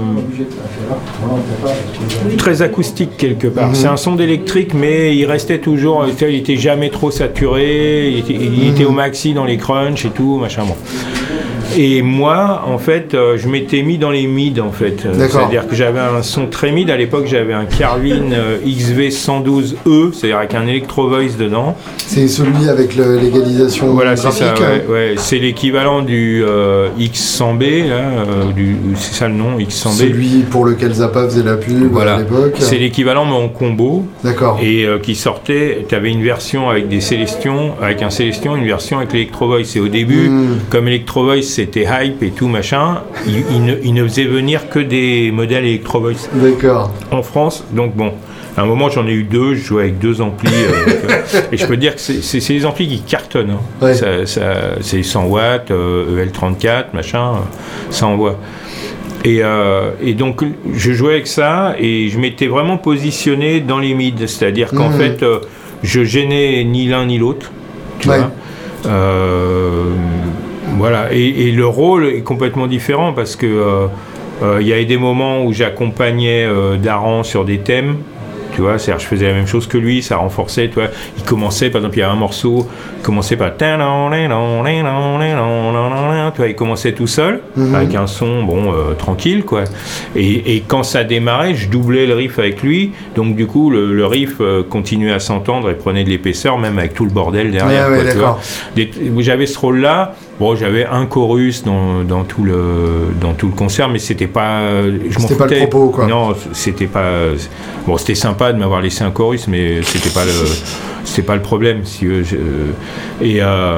très acoustique quelque part. Mm-hmm. C'est un son d'électrique, mais il restait toujours, il était jamais trop saturé, il était, il mm-hmm. était au maxi dans les crunchs et tout, machin. Bon. Et moi, en fait, euh, je m'étais mis dans les mids, en fait. D'accord. C'est-à-dire que j'avais un son très mid. À l'époque, j'avais un Carlin euh, X V cent douze E, c'est-à-dire avec un Electro Voice dedans. C'est celui avec le, l'égalisation voilà, graphique. C'est ça, ouais, hein. ouais. C'est l'équivalent du euh, X cent B, là, euh, du, c'est ça le nom, X cent B. Celui pour lequel Zappa faisait la pub voilà. à l'époque. C'est l'équivalent, mais en combo. D'accord. Et euh, qui sortait, tu avais une version avec des Célestions, avec un Célestion, une version avec l'Electro Voice. Et au début, mm. comme Electro Voice, c'était hype et tout machin, il, il, ne, il ne faisait venir que des modèles Electro Voice. D'accord. En France, donc bon, à un moment j'en ai eu deux, je jouais avec deux amplis, euh, et je peux te dire que c'est, c'est, c'est les amplis qui cartonnent. Hein. Ouais. Ça, ça, c'est cent watts, euh, E L trente-quatre, machin, ça envoie. Et, euh, et donc je jouais avec ça et je m'étais vraiment positionné dans les mids, c'est-à-dire qu'en mmh. fait euh, je gênais ni l'un ni l'autre, tu ouais. vois. Euh, voilà, et, et le rôle est complètement différent parce que euh, euh, y avait des moments où j'accompagnais euh, Daran sur des thèmes. Tu vois, c'est-à-dire je faisais la même chose que lui, ça renforçait, tu vois. Il commençait, par exemple, il y a un morceau, il commençait par... Tu vois, il commençait tout seul, mm-hmm. avec un son, bon, euh, tranquille, quoi. Et, et quand ça démarrait, je doublais le riff avec lui, donc du coup, le, le riff euh, continuait à s'entendre et prenait de l'épaisseur, même avec tout le bordel derrière, ouais, quoi, ouais, tu vois. Des, j'avais ce rôle-là. Bon, j'avais un chorus dans, dans, tout le, dans tout le concert, mais c'était pas... Je c'était pas le propos, quoi. Non, c'était pas... Bon, c'était sympa de m'avoir laissé un chorus, mais c'était pas le, c'était pas le problème, si tu veux. Je, et, euh,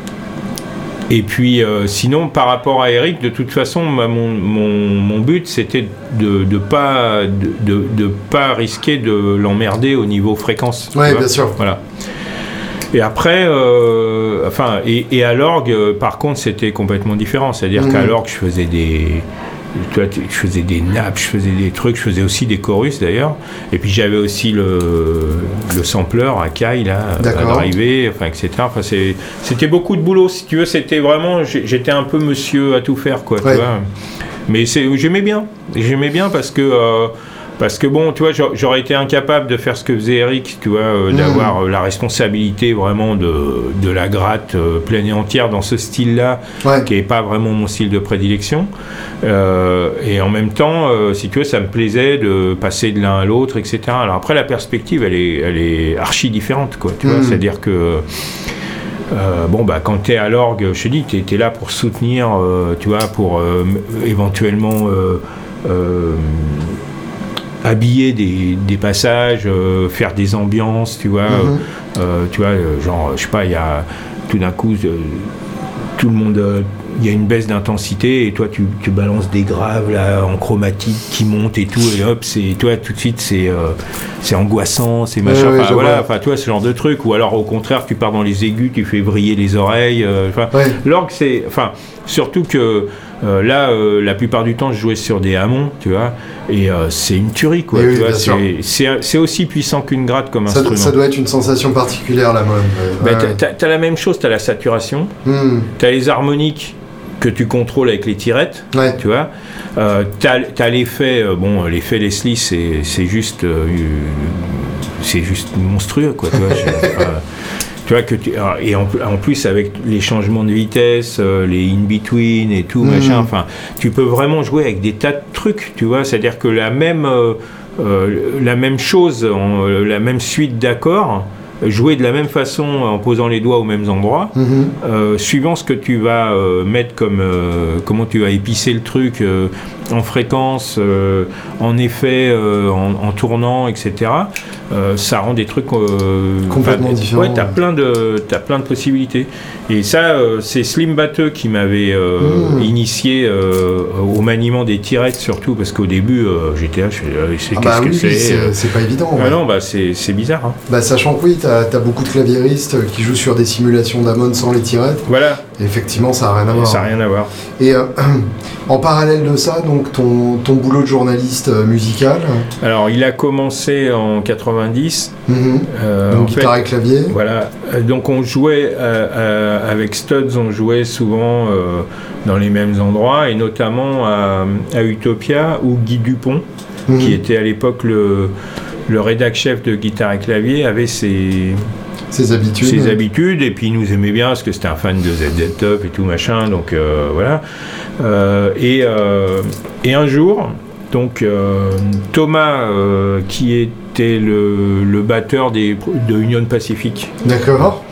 et puis, euh, sinon, par rapport à Eric, de toute façon, mon, mon, mon but, c'était de de pas, de, de, de pas risquer de l'emmerder au niveau fréquence. Oui, bien sûr. Voilà. Et après, euh, enfin, et, et à l'orgue, euh, par contre, c'était complètement différent. C'est-à-dire mmh. qu'à l'orgue, je faisais des, tu vois, je faisais des nappes, je faisais des trucs, je faisais aussi des chorus d'ailleurs. Et puis j'avais aussi le, le sampler à Kai là, D'accord. à driver, enfin, et cetera. Enfin, c'est, c'était beaucoup de boulot. Si tu veux, c'était vraiment, j'étais un peu monsieur à tout faire, quoi. Ouais. Tu vois. Mais c'est, j'aimais bien, j'aimais bien parce que. Euh, Parce que bon, tu vois, j'aurais été incapable de faire ce que faisait Eric, tu vois, euh, mmh. d'avoir euh, la responsabilité vraiment de, de la gratte euh, pleine et entière dans ce style-là, ouais. qui n'est pas vraiment mon style de prédilection. Euh, et en même temps, euh, si tu veux, ça me plaisait de passer de l'un à l'autre, et cetera. Alors après, la perspective, elle est, elle est archi différente, quoi, tu mmh. vois, c'est-à-dire que... Euh, bon bah quand t'es à l'orgue, je te dis, t'es, t'es là pour soutenir, euh, tu vois, pour euh, éventuellement... Euh, euh, habiller des, des passages, euh, faire des ambiances, tu vois, mm-hmm. euh, tu vois, euh, genre, je sais pas, il y a tout d'un coup, euh, tout le monde, il euh, y a une baisse d'intensité et toi, tu, tu balances des graves là en chromatique qui montent et tout, et hop, c'est, toi, tout de suite, c'est, euh, c'est angoissant, c'est machin, ouais, enfin, ouais, voilà, enfin, tu vois, ce genre de truc, ou alors au contraire, tu pars dans les aigus, tu fais vriller les oreilles, enfin, euh, ouais. l'orgue, c'est, enfin, surtout que Euh, là, euh, la plupart du temps, je jouais sur des hammons, tu vois, et euh, c'est une tuerie, quoi. Oui, tu oui, vois, c'est, c'est, c'est aussi puissant qu'une gratte comme ça, instrument. Ça doit être une sensation particulière, la mode. Ouais. Bah, t'as, t'as, t'as la même chose, t'as la saturation, mm. t'as les harmoniques que tu contrôles avec les tirettes, ouais. tu vois. Euh, t'as, t'as l'effet, euh, bon, l'effet Leslie, c'est, c'est juste, euh, c'est juste monstrueux, quoi. Tu vois. je, euh, Tu vois que tu, et en, en plus avec les changements de vitesse, euh, les in-between et tout, mmh. machin, enfin, tu peux vraiment jouer avec des tas de trucs, tu vois, c'est-à-dire que la même, euh, euh, la même chose, en, euh, la même suite d'accords, jouer de la même façon en posant les doigts aux mêmes endroits, mmh. euh, suivant ce que tu vas euh, mettre comme, euh, comment tu vas épicer le truc euh, en fréquence, euh, en effet, euh, en, en tournant, et cetera. Euh, ça rend des trucs euh, complètement différents. Ouais, t'as plein de t'as plein de possibilités. Et ça, euh, c'est Slim Batteux qui m'avait euh, mmh. initié euh, au maniement des tirettes, surtout parce qu'au début, euh, j'étais là, je sais ah qu'est-ce bah que oui, c'est. c'est. C'est pas évident. Ah ouais. non, bah c'est c'est bizarre. Hein. Bah sachant que oui, t'as, t'as beaucoup de claviéristes qui jouent sur des simulations d'Hammond sans les tirettes. Voilà. Et effectivement, ça a rien à voir. Ça a rien à voir. Et euh, en parallèle de ça, donc ton ton boulot de journaliste musical. Alors, il a commencé en quatre-vingt-dix. Mmh. Euh, donc guitare fait, et clavier. Voilà. Donc on jouait euh, euh, avec Studs, on jouait souvent euh, dans les mêmes endroits, et notamment à, à Utopia, où Guy Dupont, mmh. qui était à l'époque le, le rédac chef de guitare et clavier, avait ses, ses habitudes. Ses habitudes, et puis il nous aimait bien parce que c'était un fan de Z Z Top et tout machin. Donc euh, voilà. Euh, et, euh, et un jour, donc euh, Thomas, euh, qui est était le, le batteur des, de Union Pacific. D'accord.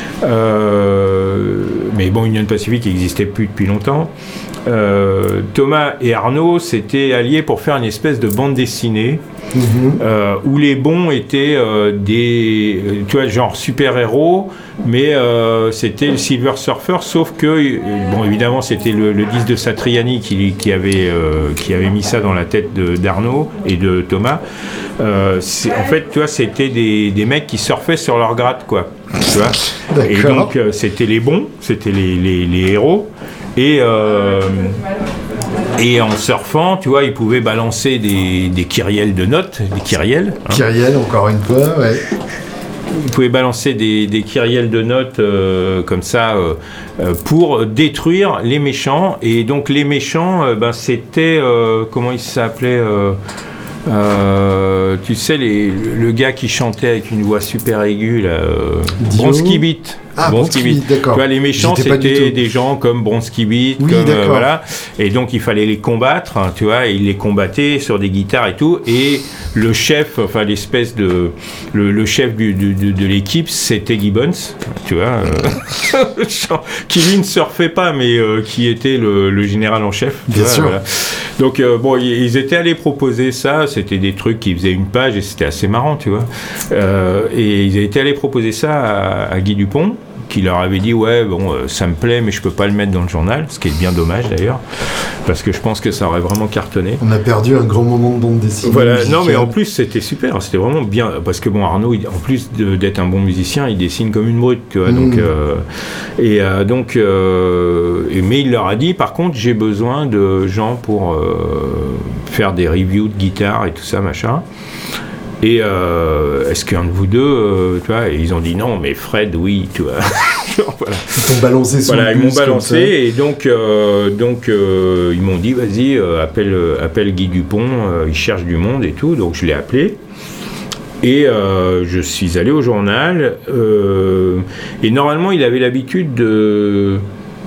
Euh, mais bon, Union Pacific n'existait plus depuis longtemps. Euh, Thomas et Arnaud s'étaient alliés pour faire une espèce de bande dessinée mmh. euh, où les bons étaient euh, des, tu vois, genre super-héros, mais euh, c'était le Silver Surfer, sauf que, bon, évidemment, c'était le, le disque de Satriani qui, qui, avait, euh, qui avait mis ça dans la tête de, d'Arnaud et de Thomas. Euh, en fait, tu vois, c'était des, des mecs qui surfaient sur leur gratte, quoi. Tu vois. D'accord. Et donc, euh, c'était les bons, c'était les, les, les héros. Et, euh, Et en surfant, tu vois, il pouvait balancer des, des kyriels de notes, des kyriels. Hein. Kyriels, encore une fois, ouais. Il pouvait balancer des, des kyriels de notes euh, comme ça euh, euh, pour détruire les méchants. Et donc les méchants, euh, ben, c'était, euh, comment il s'appelait euh, euh, tu sais, les, le gars qui chantait avec une voix super aiguë, là, euh, Bronski Beat. Ah, Bronski Beat, d'accord. Tu vois, les méchants, J'étais c'était des gens comme Bronski Beat, oui, comme, euh, voilà. Et donc, il fallait les combattre, hein, tu vois, et ils les combattaient sur des guitares et tout. Et le chef, enfin, l'espèce de... Le, le chef du, du, de, de l'équipe, c'était Gibbons, tu vois, euh, qui, lui, ne surfait pas, mais euh, qui était le, le général en chef. Bien vois, sûr. Voilà. Donc, euh, bon, ils étaient allés proposer ça. C'était des trucs qui faisaient une page et c'était assez marrant, tu vois. Euh, et ils étaient allés proposer ça à, à Guy Dupont, qui leur avait dit ouais bon euh, ça me plaît mais je peux pas le mettre dans le journal, ce qui est bien dommage d'ailleurs parce que je pense que ça aurait vraiment cartonné. On a perdu un grand moment de bande dessinée. Voilà, musicale. Non mais en plus c'était super, c'était vraiment bien parce que bon Arnaud il, en plus de, d'être un bon musicien il dessine comme une brute tu vois mmh. donc euh, et euh, donc euh, et, mais il leur a dit par contre j'ai besoin de gens pour euh, faire des reviews de guitare et tout ça machin. Et euh, est-ce qu'un de vous deux, euh, tu vois, et ils ont dit non, mais Fred, oui, tu vois. Voilà. Ils t'ont balancé sur voilà, le ils m'ont balancé et donc, euh, donc euh, ils m'ont dit vas-y, euh, appelle, appelle Guy Dupont, euh, il cherche du monde et tout, donc je l'ai appelé. Et euh, je suis allé au journal euh, et normalement il avait l'habitude de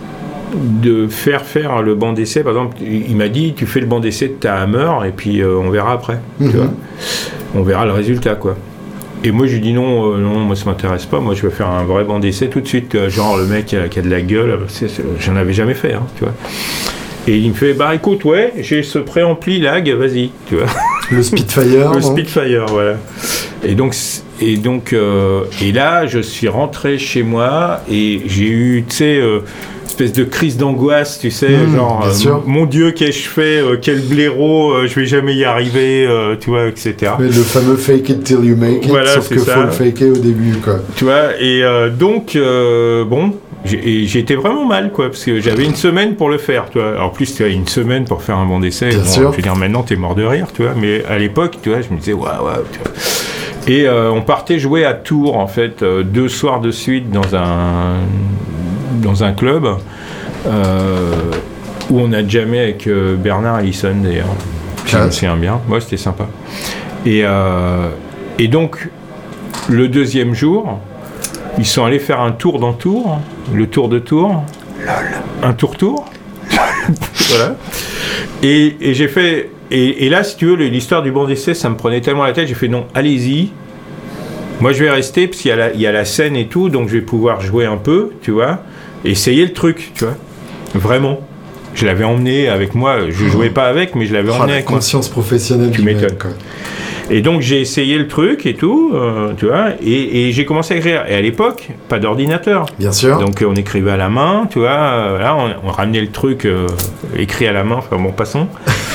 de faire faire le banc d'essai. Par exemple, il m'a dit tu fais le banc d'essai de ta Hammer et puis euh, on verra après. Mm-hmm. Tu vois, on verra le résultat quoi. Et moi je lui dis non, euh, non, moi ça m'intéresse pas. Moi je veux faire un vrai banc d'essai tout de suite. Euh, genre le mec qui a, qui a de la gueule, c'est, c'est, j'en avais jamais fait, hein, tu vois. Et il me fait bah écoute ouais, j'ai ce préampli lag, vas-y, tu vois. Le Spitfire. Le Spitfire, voilà. Et donc et donc euh, et là je suis rentré chez moi et j'ai eu tu sais euh, espèce de crise d'angoisse, tu sais, mmh, genre euh, mon Dieu qu'ai-je fait, euh, quel blaireau, euh, je vais jamais y arriver, euh, tu vois, et cetera. Mais le fameux fake it till you make it, voilà, sauf que ça. Faut le faker au début, quoi. Tu vois, et euh, donc euh, bon, j'ai, j'étais vraiment mal, quoi, parce que j'avais une semaine pour le faire, tu vois. En plus, tu as une semaine pour faire un banc d'essai. Bon, je veux dire, maintenant t'es mort de rire, tu vois, mais à l'époque, tu vois, je me disais waouh, waouh, tu vois. Et euh, on partait jouer à Tours, en fait, euh, deux soirs de suite dans un dans un club. Euh, où on a jammé avec euh, Bernard Allison d'ailleurs, si je me souviens bien. Moi, c'était sympa. Et, euh, et donc, le deuxième jour, ils sont allés faire un tour dans Tours, le tour de Tours, un tour-tour. Voilà. Et, et j'ai fait. Et, et là, si tu veux, l'histoire du banc d'essai, ça me prenait tellement la tête, j'ai fait non, allez-y. Moi, je vais rester, parce qu'il y a la, il y a la scène et tout, donc je vais pouvoir jouer un peu, tu vois, et essayer le truc, tu vois. Vraiment. Je l'avais emmené avec moi, je oh. jouais pas avec, mais je l'avais oh, emmené avec moi. Conscience professionnelle. Tu m'étonnes. Quoi. Et donc j'ai essayé le truc et tout, euh, tu vois, et, et j'ai commencé à écrire. Et à l'époque, pas d'ordinateur. Bien sûr. Donc on écrivait à la main, tu vois, euh, là, on, on ramenait le truc euh, écrit à la main, enfin bon, passons.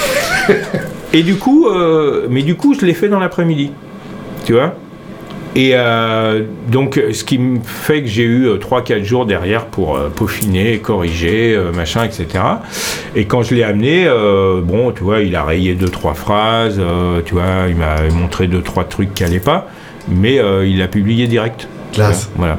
Et du coup, euh, mais du coup, je l'ai fait dans l'après-midi, tu vois. Et euh, donc, ce qui me fait que j'ai eu trois quatre jours derrière pour euh, peaufiner, corriger, euh, machin, et cetera. Et quand je l'ai amené, euh, bon, tu vois, il a rayé deux trois phrases, euh, tu vois, il m'a montré deux trois trucs qui n'allaient pas, mais euh, il l'a publié direct. Classe. Voilà.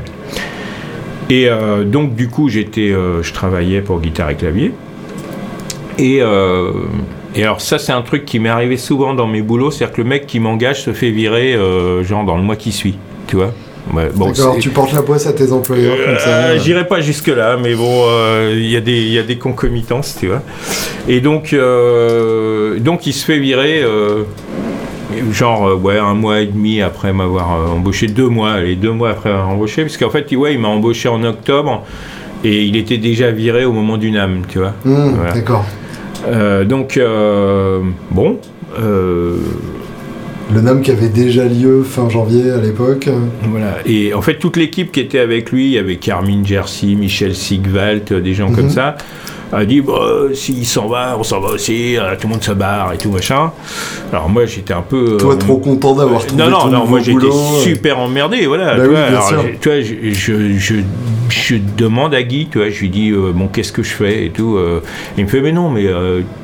Et euh, donc, du coup, j'étais, euh, je travaillais pour Guitare et Clavier. Et... Euh, Et alors ça, c'est un truc qui m'est arrivé souvent dans mes boulots, c'est-à-dire que le mec qui m'engage se fait virer, euh, genre dans le mois qui suit, tu vois. Ouais, bon, d'accord, c'est... tu portes la poisse à tes employeurs euh, comme ça. Euh, j'irai pas jusque-là, mais bon, il euh, y a des, il y a des concomitances, tu vois. Et donc, euh, donc il se fait virer, euh, genre, euh, ouais, un mois et demi après m'avoir euh, embauché, deux mois, les deux mois après m'avoir embauché, parce qu'en fait, ouais, il m'a embauché en octobre, et il était déjà viré au moment du NAMM, tu vois. Mmh, voilà. D'accord. Euh, donc, euh, bon. Euh, le NAMM qui avait déjà lieu fin janvier à l'époque. Voilà. Et en fait, toute l'équipe qui était avec lui, il y avait Carmine Jersey, Michel Sigvalt, des gens mm-hmm. comme ça, a dit bah, s'il s'en va, on s'en va aussi, tout le monde se barre et tout machin. Alors moi, j'étais un peu. Toi, euh, trop content d'avoir trouvé non, non, ton non, moi j'étais boulot, super emmerdé, voilà. Bah tu oui, vois, alors, sûr. Tu vois, je, je, je, je demande à Guy, tu vois, je lui dis euh, bon, qu'est-ce que je fais et tout. Euh, il me fait mais non, mais euh,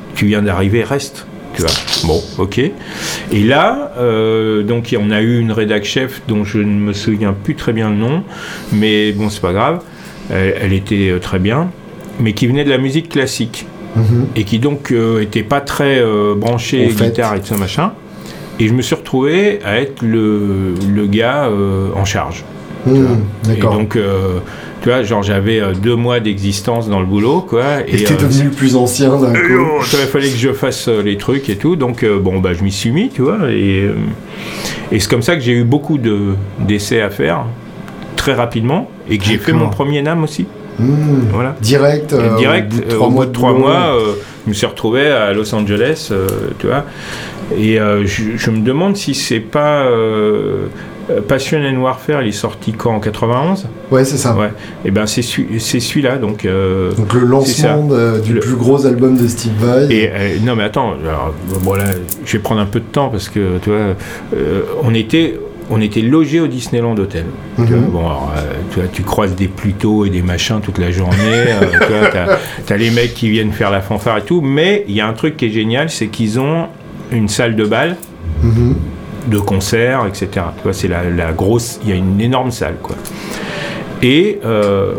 tu viens d'arriver, reste. Tu vois. Bon, ok. Et là, euh, donc on a eu une rédac chef dont je ne me souviens plus très bien le nom, mais bon, c'est pas grave. Elle, elle était très bien, mais qui venait de la musique classique mmh. et qui donc euh, était pas très euh, branchée guitare et tout ça machin. Et je me suis retrouvé à être le, le gars euh, en charge. Mmh, d'accord. Et donc, euh, tu vois, genre j'avais euh, deux mois d'existence dans le boulot, quoi. Et, et t'es euh, devenu le plus ancien d'un coup. Oh, il fallait que je fasse euh, les trucs et tout. Donc, euh, bon, bah, je m'y suis mis, tu vois. Et, euh, et c'est comme ça que j'ai eu beaucoup de, d'essais à faire, très rapidement, et que j'ai d'accord. fait mon premier NAMM aussi. Mmh, voilà. Direct, euh, direct, au bout de trois mois, euh, je me suis retrouvé à Los Angeles, euh, tu vois. Et euh, je, je me demande si c'est pas euh, Passion and Warfare, il est sorti quand, en quatre-vingt-onze ? Ouais, c'est ça. Ouais. Et ben c'est, su, c'est celui-là, donc. Euh, donc le lancement de, du le, plus gros album de Steve Vai. Et euh, non, mais attends, alors, bon là, je vais prendre un peu de temps parce que tu vois, euh, on était. On était logés au Disneyland Hotel. Mm-hmm. Tu vois, bon, alors, euh, tu vois, tu croises des Pluto et des machins toute la journée. euh, tu vois, t'as, t'as les mecs qui viennent faire la fanfare et tout. Mais il y a un truc qui est génial, c'est qu'ils ont une salle de bal, mm-hmm. de concert, et cetera. Tu vois, c'est la, la grosse. Il y a une énorme salle, quoi. Et euh,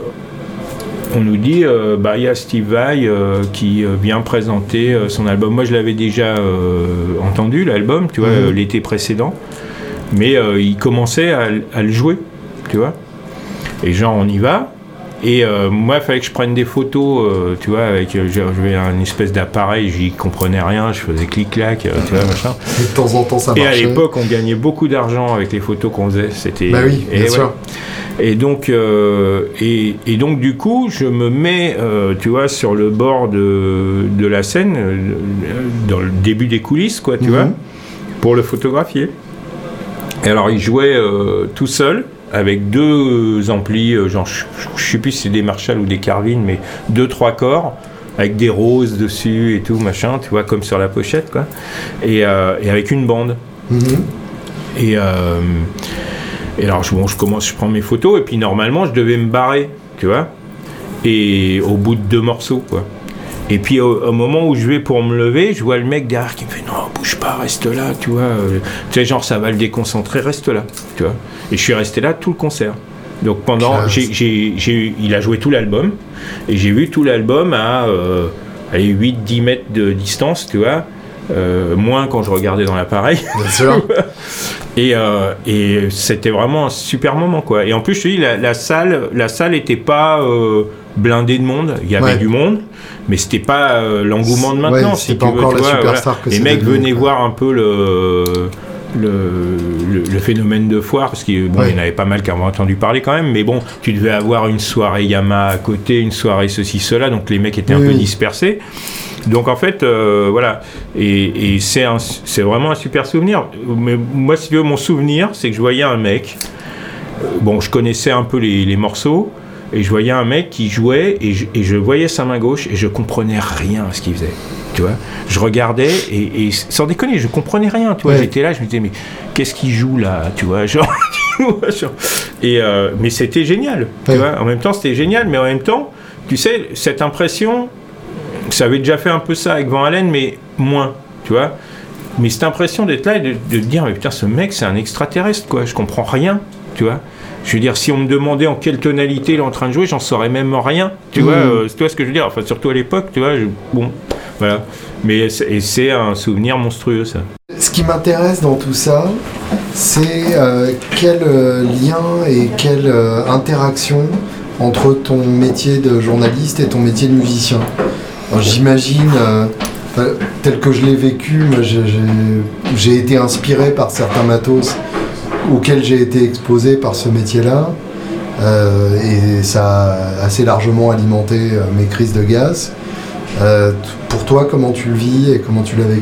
on nous dit, euh, bah, il y a Steve Vai euh, qui euh, vient présenter euh, son album. Moi, je l'avais déjà euh, entendu, l'album, tu vois, mm-hmm. euh, l'été précédent. Mais euh, il commençait à, à le jouer, tu vois. Et genre, on y va. Et euh, moi, il fallait que je prenne des photos, euh, tu vois, avec euh, j'avais un espèce d'appareil, j'y comprenais rien, je faisais clic-clac, euh, tu vois, machin. Et de temps en temps, ça marchait. Et à l'époque, on gagnait beaucoup d'argent avec les photos qu'on faisait. C'était. Bah oui, bien et, sûr. Ouais. Et donc, euh, et, et donc, du coup, je me mets, euh, tu vois, sur le bord de, de la scène, euh, dans le début des coulisses, quoi, tu mm-hmm. vois, pour le photographier. Et alors, il jouait euh, tout seul, avec deux amplis, euh, genre, je ne sais plus si c'est des Marshall ou des Carvin, mais deux, trois corps, avec des roses dessus et tout, machin, tu vois, comme sur la pochette, quoi. Et, euh, et avec une bande. Mm-hmm. Et, euh, et alors, je, bon, je commence, je prends mes photos, et puis normalement, je devais me barrer, tu vois, et au bout de deux morceaux, quoi. Et puis au, au moment où je vais pour me lever, je vois le mec derrière qui me fait non, bouge pas, reste là, tu vois. Euh, tu sais, genre ça va le déconcentrer, reste là, tu vois. Et je suis resté là tout le concert. Donc pendant, j'ai, j'ai, j'ai, il a joué tout l'album, et j'ai vu tout l'album à euh, allez, huit à dix mètres de distance, tu vois. Euh, moins quand je regardais dans l'appareil. Bien sûr. et, euh, et c'était vraiment un super moment, quoi. Et en plus, je te dis, la, la salle, la salle était pas euh, blindée de monde. Il y avait ouais. du monde, mais c'était pas euh, l'engouement de maintenant. Ouais, si c'était pas tu encore veux, la tu vois, superstar voilà. que les c'est. Les mecs devenu, venaient quoi. voir un peu le. Le, le, le phénomène de foire, parce qu'il bon, ouais. y en avait pas mal qui avaient entendu parler quand même, mais bon, tu devais avoir une soirée Yamaha à côté, une soirée ceci, cela, donc les mecs étaient oui, un peu oui. dispersés. Donc en fait, euh, voilà, et, et c'est, un, c'est vraiment un super souvenir. Mais moi, si tu veux, mon souvenir, c'est que je voyais un mec, euh, bon, je connaissais un peu les, les morceaux, et je voyais un mec qui jouait, et je, et je voyais sa main gauche, et je comprenais rien à ce qu'il faisait. Tu vois, je regardais et, et sans déconner, je comprenais rien. Tu vois, ouais. j'étais là, je me disais mais qu'est-ce qu'il joue là, tu vois, genre, genre. Et euh, mais c'était génial. Tu ouais. vois, en même temps c'était génial, mais en même temps, tu sais, cette impression, ça avait déjà fait un peu ça avec Van Halen, mais moins. Tu vois, mais cette impression d'être là et de, de dire mais putain, ce mec c'est un extraterrestre quoi. Je comprends rien. Tu vois. Je veux dire, si on me demandait en quelle tonalité il est en train de jouer, j'en saurais même rien. Tu mmh. vois, euh, tu vois ce que je veux dire. Enfin, surtout à l'époque, tu vois. Je, bon, voilà. Mais c'est, et c'est un souvenir monstrueux, ça. Ce qui m'intéresse dans tout ça, c'est euh, quel euh, lien et quelle euh, interaction entre ton métier de journaliste et ton métier de musicien. Alors, j'imagine, euh, euh, tel que je l'ai vécu, moi, j'ai, j'ai, j'ai été inspiré par certains matos auxquels j'ai été exposé par ce métier-là, euh, et ça a assez largement alimenté euh, mes crises de gaz. Euh, pour toi, comment tu le vis et comment tu l'as vécu ?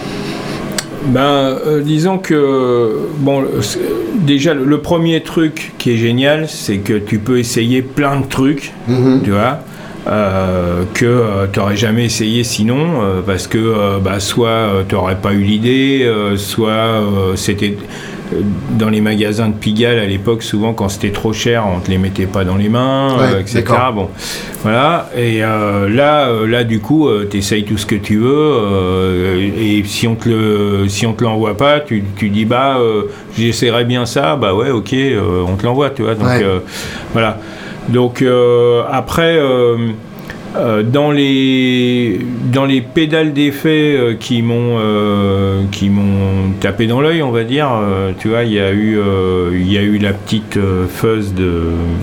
Ben, euh, disons que bon, déjà le, le premier truc qui est génial, c'est que tu peux essayer plein de trucs, mm-hmm. tu vois, euh, que euh, tu n'aurais jamais essayé sinon, euh, parce que euh, bah, soit euh, tu n'aurais pas eu l'idée, euh, soit euh, c'était dans les magasins de Pigalle à l'époque, souvent quand c'était trop cher, on te les mettait pas dans les mains, ouais, euh, et cetera. Bon, voilà. Et euh, là, euh, là, du coup, euh, t'essayes tout ce que tu veux, euh, et si on te le, si on te l'envoie pas, tu, tu dis bah, euh, j'essaierai bien ça, bah ouais, ok, euh, on te l'envoie, tu vois. Donc ouais. euh, voilà. Donc euh, après. Euh, Euh, dans les dans les pédales d'effet euh, qui m'ont euh, qui m'ont tapé dans l'œil, on va dire, euh, tu vois, il y a eu euh, il y a eu la petite euh, fuzz de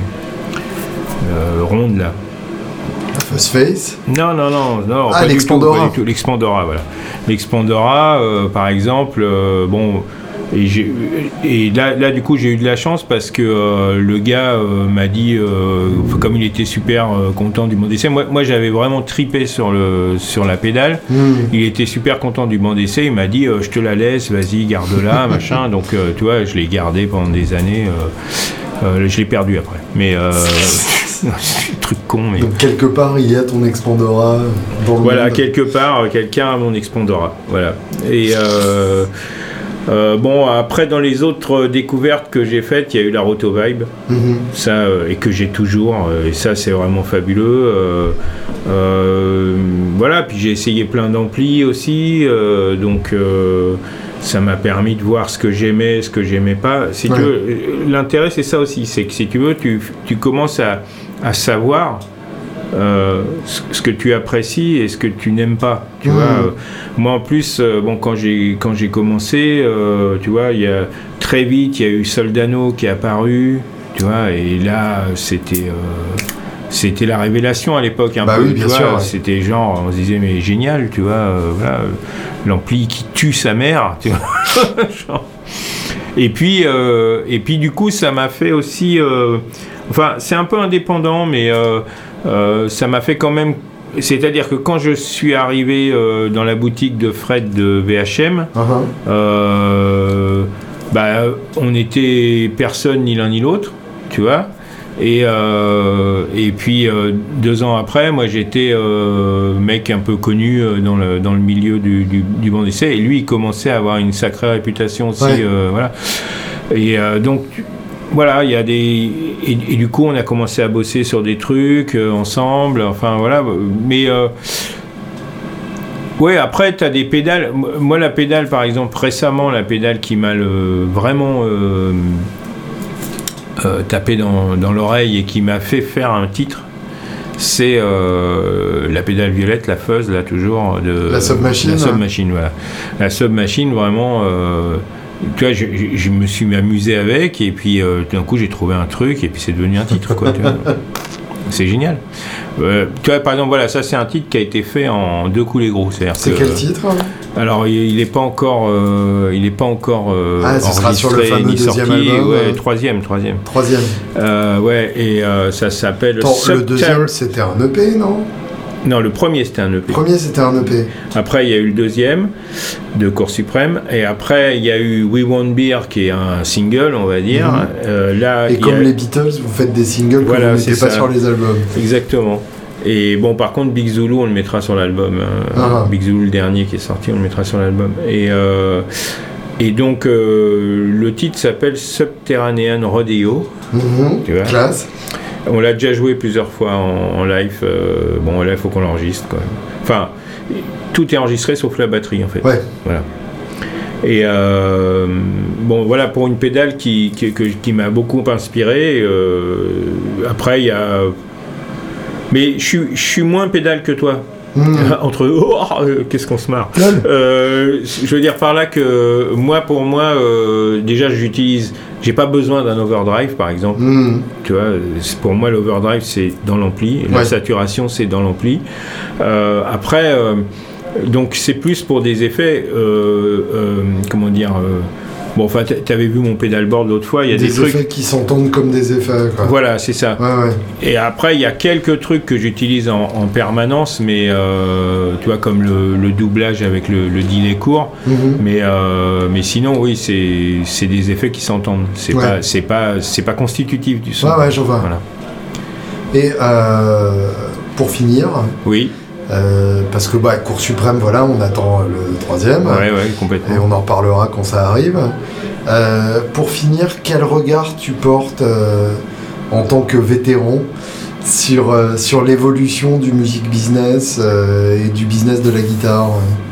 euh, ronde là. Fuzz Face. Non non non non. Ah, pas l'Expandora. Du tout, pas du tout. L'Expandora, voilà. L'Expandora, euh, par exemple, euh, bon. Et, j'ai, et là, là, du coup, j'ai eu de la chance parce que euh, le gars euh, m'a dit, euh, comme il était super euh, content du banc d'essai, moi, moi j'avais vraiment tripé sur, le, sur la pédale. Mmh. Il était super content du banc d'essai. Il m'a dit, euh, je te la laisse, vas-y, garde-la, machin. Donc, euh, tu vois, je l'ai gardé pendant des années. Euh, euh, je l'ai perdu après. Mais. Euh, truc con, mais. Donc, quelque part, il y a ton Expandora dans le Voilà, monde. quelque part, quelqu'un a mon Expandora. Voilà. Et. Euh, Euh, bon, après, dans les autres découvertes que j'ai faites, il y a eu la Roto Vibe, mmh. ça, euh, et que j'ai toujours, euh, et ça, c'est vraiment fabuleux. Euh, euh, voilà, puis j'ai essayé plein d'amplis aussi, euh, donc euh, ça m'a permis de voir ce que j'aimais, ce que j'aimais pas. Si ouais. tu veux, l'intérêt, c'est ça aussi, c'est que si tu veux, tu, tu commences à, à savoir. Euh, ce que tu apprécies et ce que tu n'aimes pas, tu mmh. vois. Euh, moi en plus, euh, bon, quand j'ai quand j'ai commencé, euh, tu vois, il y a très vite, il y a eu Soldano qui est apparu, tu vois, et là c'était euh, c'était la révélation à l'époque un bah peu, oui, tu bien vois. sûr, ouais. C'était genre, on se disait mais génial, tu vois, euh, voilà, l'ampli qui tue sa mère, tu vois. genre. Et puis euh, et puis du coup, ça m'a fait aussi, euh, enfin, c'est un peu indépendant, mais euh, Euh, ça m'a fait quand même, c'est-à-dire que quand je suis arrivé euh, dans la boutique de Fred de V H M, uh-huh. euh, bah, on était personne ni l'un ni l'autre, tu vois, et, euh, et puis euh, deux ans après, moi j'étais euh, mec un peu connu euh, dans, le, dans le milieu du, du, du banc d'essai, et lui il commençait à avoir une sacrée réputation aussi, ouais. euh, voilà, et euh, donc voilà, il y a des et, et du coup on a commencé à bosser sur des trucs euh, ensemble, enfin voilà, mais euh... ouais, après t'as des pédales. Moi la pédale par exemple récemment, la pédale qui m'a le, vraiment euh, euh, tapé dans, dans l'oreille et qui m'a fait faire un titre, c'est euh, la pédale violette, la fuzz là toujours de la Submachine. La Submachine, voilà. La Submachine vraiment. Euh, Tu vois, je, je, je me suis amusé avec et puis euh, tout d'un coup j'ai trouvé un truc et puis c'est devenu un titre, quoi. Tu vois. C'est génial. Euh, tu vois, par exemple, voilà, ça c'est un titre qui a été fait en deux coulées gros. C'est, c'est que, quel titre hein alors il n'est pas encore, euh, il est pas encore euh, ah, ce sera sur le fameux ni deuxième sorti. album. Ouais, euh... troisième, troisième. Troisième. Euh, ouais, et euh, ça s'appelle. Attends, le deuxième c'était un E P, non? Non, le premier c'était un E P. Le premier c'était un E P. Après il y a eu le deuxième de Cour Suprême et après il y a eu We Want Beer qui est un single on va dire. Mmh. Euh, là, et comme a... les Beatles vous faites des singles que voilà, vous mettez pas ça. Sur les albums. Exactement. Et bon par contre Big Zulu on le mettra sur l'album. Ah. Big Zulu le dernier qui est sorti on le mettra sur l'album. Et euh, et donc euh, le titre s'appelle Subterranean Rodeo. Mmh. Tu vois. Classe. On l'a déjà joué plusieurs fois en, en live. Euh, bon, là, il faut qu'on l'enregistre, quand même. Enfin, tout est enregistré sauf la batterie, en fait. Ouais. Voilà. Et euh, bon, voilà, pour une pédale qui, qui, que, qui m'a beaucoup inspiré. Euh, après, il y a... Mais je suis moins pédale que toi. Mmh. Entre oh, euh, qu'est-ce qu'on se marre. euh, je veux dire par là que moi, pour moi, euh, déjà, j'utilise... J'ai pas besoin d'un overdrive, par exemple. Mmh. Tu vois, pour moi, l'overdrive, c'est dans l'ampli. Ouais. La saturation, c'est dans l'ampli. Euh, après, euh, donc, c'est plus pour des effets... Euh, euh, comment dire... Euh, bon, enfin, t'avais vu mon pédalboard l'autre fois, il y a des, des trucs... effets qui s'entendent comme des effets, quoi. Voilà, c'est ça. Ouais, ouais. Et après, il y a quelques trucs que j'utilise en, en permanence, mais euh, tu vois, comme le, le doublage avec le, le delay court. Mm-hmm. Mais, euh, mais sinon, oui, c'est, c'est des effets qui s'entendent. C'est, ouais. pas, c'est, pas, c'est pas constitutif du son. Ouais, ouais, j'en vois. Voilà. Et euh, pour finir... Oui. Euh, parce que bah, Cour suprême, voilà, on attend le troisième. Ouais, ouais, complètement. Et on en reparlera quand ça arrive. Euh, pour finir, quel regard tu portes euh, en tant que vétéran sur, euh, sur l'évolution du music business euh, et du business de la guitare?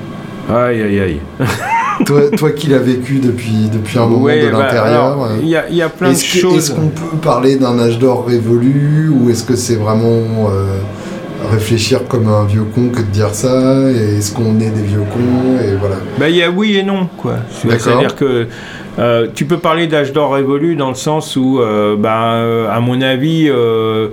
Aïe, aïe, aïe. toi, toi qui l'as vécu depuis, depuis un moment ouais, de l'intérieur, bah, il y, y a plein est-ce de que, choses. Est-ce qu'on peut parler d'un âge d'or révolu ou est-ce que c'est vraiment euh, réfléchir comme un vieux con que de dire ça? Et est-ce qu'on est des vieux cons? Et voilà. Bah, il y a oui et non, quoi. C'est-à-dire que euh, tu peux parler d'âge d'or révolu dans le sens où, euh, bah, euh, à mon avis, euh,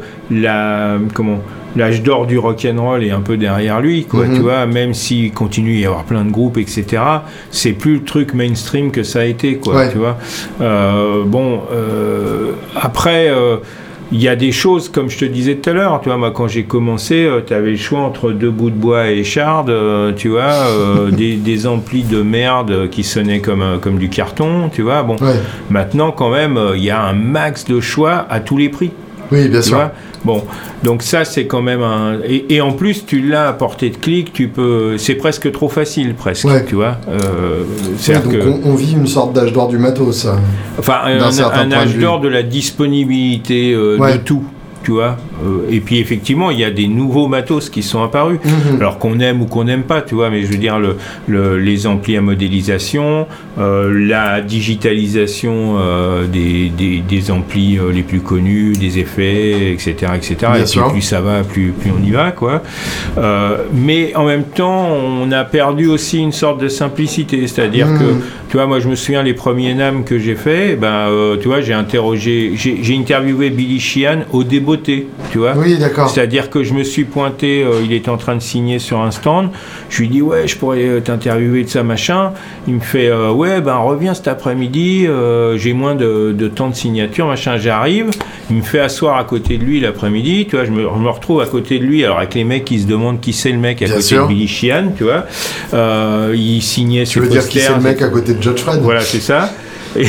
la comment l'âge d'or du rock'n'roll est un peu derrière lui, quoi, mm-hmm. tu vois, même s'il continue à y avoir plein de groupes, et cetera, c'est plus le truc mainstream que ça a été, quoi, ouais. tu vois. Euh, bon, euh, après, euh, il y a des choses, comme je te disais tout à l'heure, tu vois, moi, quand j'ai commencé, euh, tu avais le choix entre deux bouts de bois et écharde, euh, tu vois, euh, des, des amplis de merde qui sonnaient comme, euh, comme du carton, tu vois, bon, ouais. Maintenant, quand même, il euh, y a un max de choix à tous les prix. Oui, bien sûr. Vois bon, donc ça c'est quand même un et, et en plus tu l'as à portée de clic, tu peux, c'est presque trop facile presque, ouais. tu vois. Euh, ouais, donc que... on, on vit une sorte d'âge d'or du matos. Enfin, un, un âge d'or de la disponibilité euh, ouais. de tout. Tu vois, euh, et puis effectivement il y a des nouveaux matos qui sont apparus, mmh. alors qu'on aime ou qu'on n'aime pas, tu vois, mais je veux dire le, le, les amplis à modélisation, euh, la digitalisation euh, des, des, des amplis euh, les plus connus, des effets, et cetera, et cetera. Et puis plus ça va, plus, plus on y va, quoi. Euh, mais en même temps, on a perdu aussi une sorte de simplicité, c'est-à-dire mmh. que, tu vois, moi je me souviens les premiers NAMM que j'ai fait, ben, euh, tu vois, j'ai interrogé, j'ai, j'ai interviewé Billy Sheehan au début. Tu vois, oui, d'accord. C'est-à-dire que je me suis pointé, euh, il était en train de signer sur un stand. Je lui dis ouais, je pourrais t'interviewer de ça machin. Il me fait euh, ouais, ben reviens cet après-midi. Euh, j'ai moins de, de temps de signature machin. J'arrive. Il me fait asseoir à côté de lui l'après-midi. Tu vois, je me, je me retrouve à côté de lui. Alors avec les mecs qui se demandent qui c'est le mec à Bien côté sûr. de Billy Sheehan, tu vois. Euh, il signait. Tu veux dire qui c'est le mec à côté de Judge Fred? Voilà, c'est ça. Et,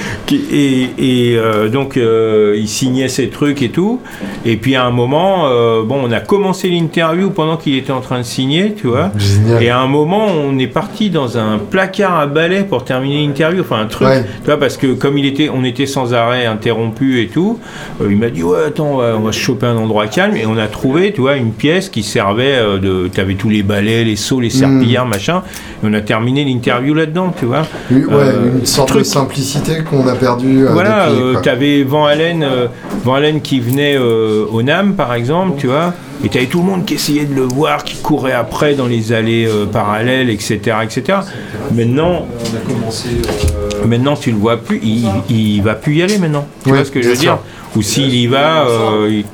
et, et euh, donc euh, il signait ses trucs et tout, et puis à un moment euh, bon, on a commencé l'interview pendant qu'il était en train de signer, tu vois. Génial. Et à un moment on est parti dans un placard à balai pour terminer l'interview, enfin un truc, ouais. tu vois, parce que comme il était, on était sans arrêt interrompu et tout, euh, il m'a dit ouais attends, on va, on va se choper un endroit calme, et on a trouvé, tu vois, une pièce qui servait euh, de, t'avais tous les balais, les seaux, les serpillards, mmh. machin, et on a terminé l'interview là-dedans, tu vois. Oui, ouais, euh, une sorte truc, de simplicité qu'on a perdu. Euh, voilà, depuis, euh, t'avais Van Halen, euh, Van Halen qui venait euh, au NAMM par exemple, tu vois, et t'avais tout le monde qui essayait de le voir, qui courait après dans les allées euh, parallèles, et cetera, et cetera. Maintenant, on a commencé. Euh... Maintenant, tu le vois plus, il, il, il va plus y aller maintenant. Tu ouais, vois ce que je veux sûr. dire? Ou s'il y va, euh, il...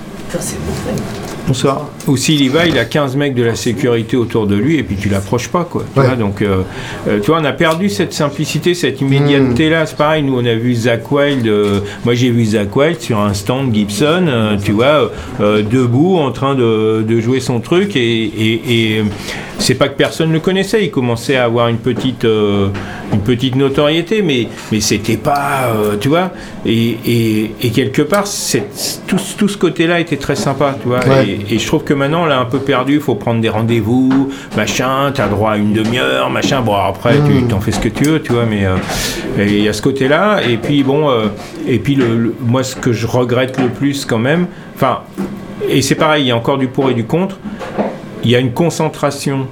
Bonsoir. Ou s'il y va, il a quinze mecs de la sécurité autour de lui et puis tu l'approches pas, quoi. Tu ouais. vois, donc, euh, euh, tu vois, on a perdu cette simplicité, cette immédiateté-là. C'est pareil, nous, on a vu Zakk Wylde. Euh, moi, j'ai vu Zakk Wylde sur un stand Gibson, euh, tu vois, euh, debout, en train de, de jouer son truc. Et, et, et c'est pas que personne le connaissait. Il commençait à avoir une petite, euh, une petite notoriété, mais, mais c'était pas, euh, tu vois. Et, et, et quelque part, c'est, tout, tout ce côté-là était très sympa, tu vois. Ouais. Et, et je trouve que maintenant on l'a un peu perdu, il faut prendre des rendez-vous, machin, t'as droit à une demi-heure, machin, bon après mmh. tu t'en fais ce que tu veux, tu vois, mais il euh, y a ce côté-là, et puis bon, euh, et puis le, le, moi ce que je regrette le plus quand même, enfin, et c'est pareil, il y a encore du pour et du contre, il y a une concentration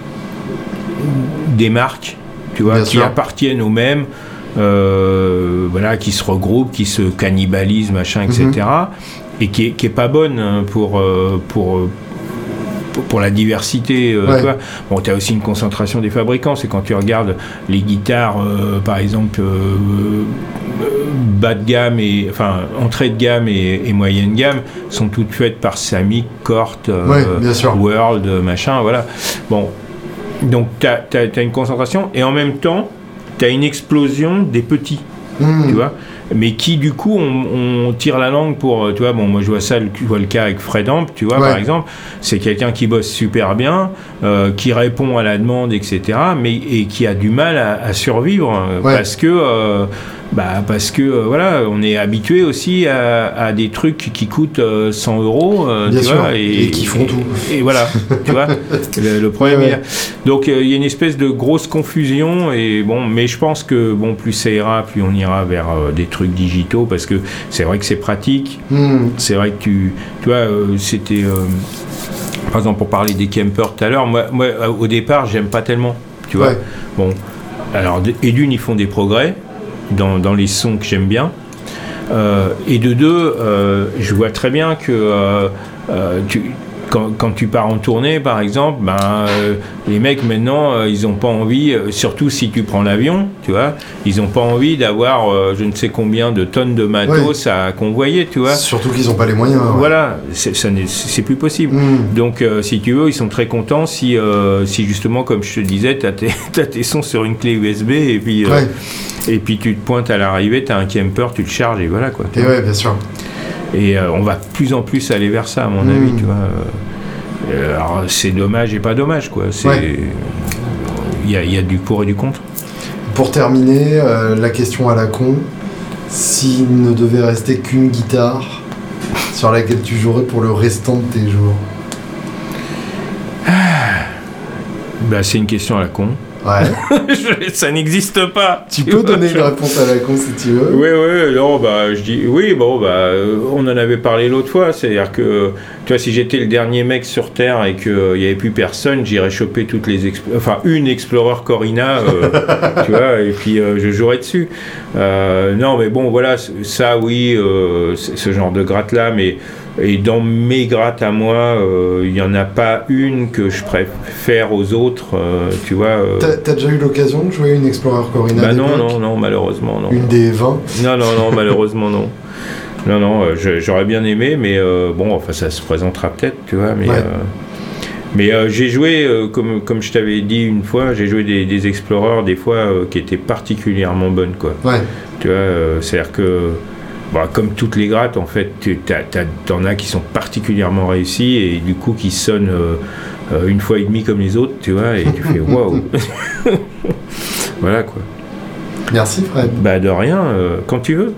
des marques, tu vois, Bien qui sûr. appartiennent aux mêmes, euh, voilà, qui se regroupent, qui se cannibalisent, machin, et cetera, mmh. et qui est, qui est pas bonne pour, pour, pour, pour la diversité. Euh, ouais. Tu vois. Bon, tu as aussi une concentration des fabricants. C'est quand tu regardes les guitares, euh, par exemple, euh, bas de gamme, et, enfin, entrée de gamme et, et moyenne gamme, sont toutes faites par Samick, Cort, euh, ouais, World, machin, voilà. Bon, donc tu as une concentration, et en même temps, tu as une explosion des petits, mmh. tu vois, mais qui du coup on, on tire la langue pour, tu vois, bon, moi je vois ça, je vois le cas avec Fred Amp, tu vois, ouais. par exemple, c'est quelqu'un qui bosse super bien, euh, qui répond à la demande, et cetera, mais et qui a du mal à, à survivre, ouais. parce que euh, Bah parce que euh, voilà, on est habitué aussi à, à des trucs qui coûtent euh, cent euros, euh, Bien tu sûr, vois, et, et qui font tout. Et, et voilà, tu vois, le, le problème Ouais, est là. ouais. Donc il euh, y a une espèce de grosse confusion et bon, mais je pense que bon, plus ça ira, plus on ira vers euh, des trucs digitaux parce que c'est vrai que c'est pratique, Hmm. c'est vrai que tu, tu vois, euh, c'était euh, par exemple pour parler des campers tout à l'heure, moi, moi au départ j'aime pas tellement, tu vois, Ouais. bon, alors et d'une ils font des progrès. Dans, dans les sons que j'aime bien. Euh, et de deux, euh, je vois très bien que euh, euh, tu, quand, quand tu pars en tournée, par exemple, ben, euh, les mecs maintenant, euh, ils n'ont pas envie, euh, surtout si tu prends l'avion, tu vois, ils n'ont pas envie d'avoir euh, je ne sais combien de tonnes de matos ouais. à convoyer, tu vois. Surtout qu'ils n'ont pas les moyens. Ouais. Voilà, c'est, ça n'est, c'est plus possible. Mm. Donc, euh, si tu veux, ils sont très contents si, euh, si justement, comme je te disais, tu as tes, t'as tes sons sur une clé U S B et puis... Euh, ouais. Et puis tu te pointes à l'arrivée, tu as un camper, tu le charges et voilà quoi. Et ouais, bien sûr. Et euh, on va de plus en plus aller vers ça, à mon mmh. avis, tu vois. Euh, alors c'est dommage et pas dommage quoi. C'est il ouais. y, a, y a du pour et du contre. Pour terminer, euh, la question à la con, s'il ne devait rester qu'une guitare sur laquelle tu jouerais pour le restant de tes jours. Ah. Bah c'est une question à la con. Ouais. Ça n'existe pas. Tu peux donner une réponse à la con si tu veux. Oui, oui, non, bah, je dis, oui, bon, bah, on en avait parlé l'autre fois, c'est-à-dire que, tu vois, si j'étais le dernier mec sur Terre et qu'il n'y avait plus personne, j'irais choper toutes les, expl- enfin, une Explorer Corina, euh, tu vois, et puis euh, je jouerais dessus. Euh, non, mais bon, voilà, ça, oui, euh, ce genre de gratte-là, mais et dans mes grattes à moi, il euh, n'y en a pas une que je préfère aux autres, euh, tu vois. Euh... T'as, t'as déjà eu l'occasion de jouer une Explorer Corina Bah non, non, non, malheureusement, non. Une des vingt Non, non, non, malheureusement, non. Non, non, euh, je, j'aurais bien aimé, mais euh, bon, enfin, ça se présentera peut-être, tu vois, mais... Ouais. Euh, mais euh, j'ai joué, euh, comme, comme je t'avais dit une fois, j'ai joué des, des Explorers, des fois, euh, qui étaient particulièrement bonnes, quoi. Ouais. Tu vois, euh, c'est-à-dire que... Bon, comme toutes les grattes, en fait, t'en as qui sont particulièrement réussis et du coup qui sonnent euh, euh, une fois et demie comme les autres, tu vois, et tu fais waouh. Voilà quoi. Merci Fred. Bah de rien, euh, quand tu veux.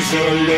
soleil.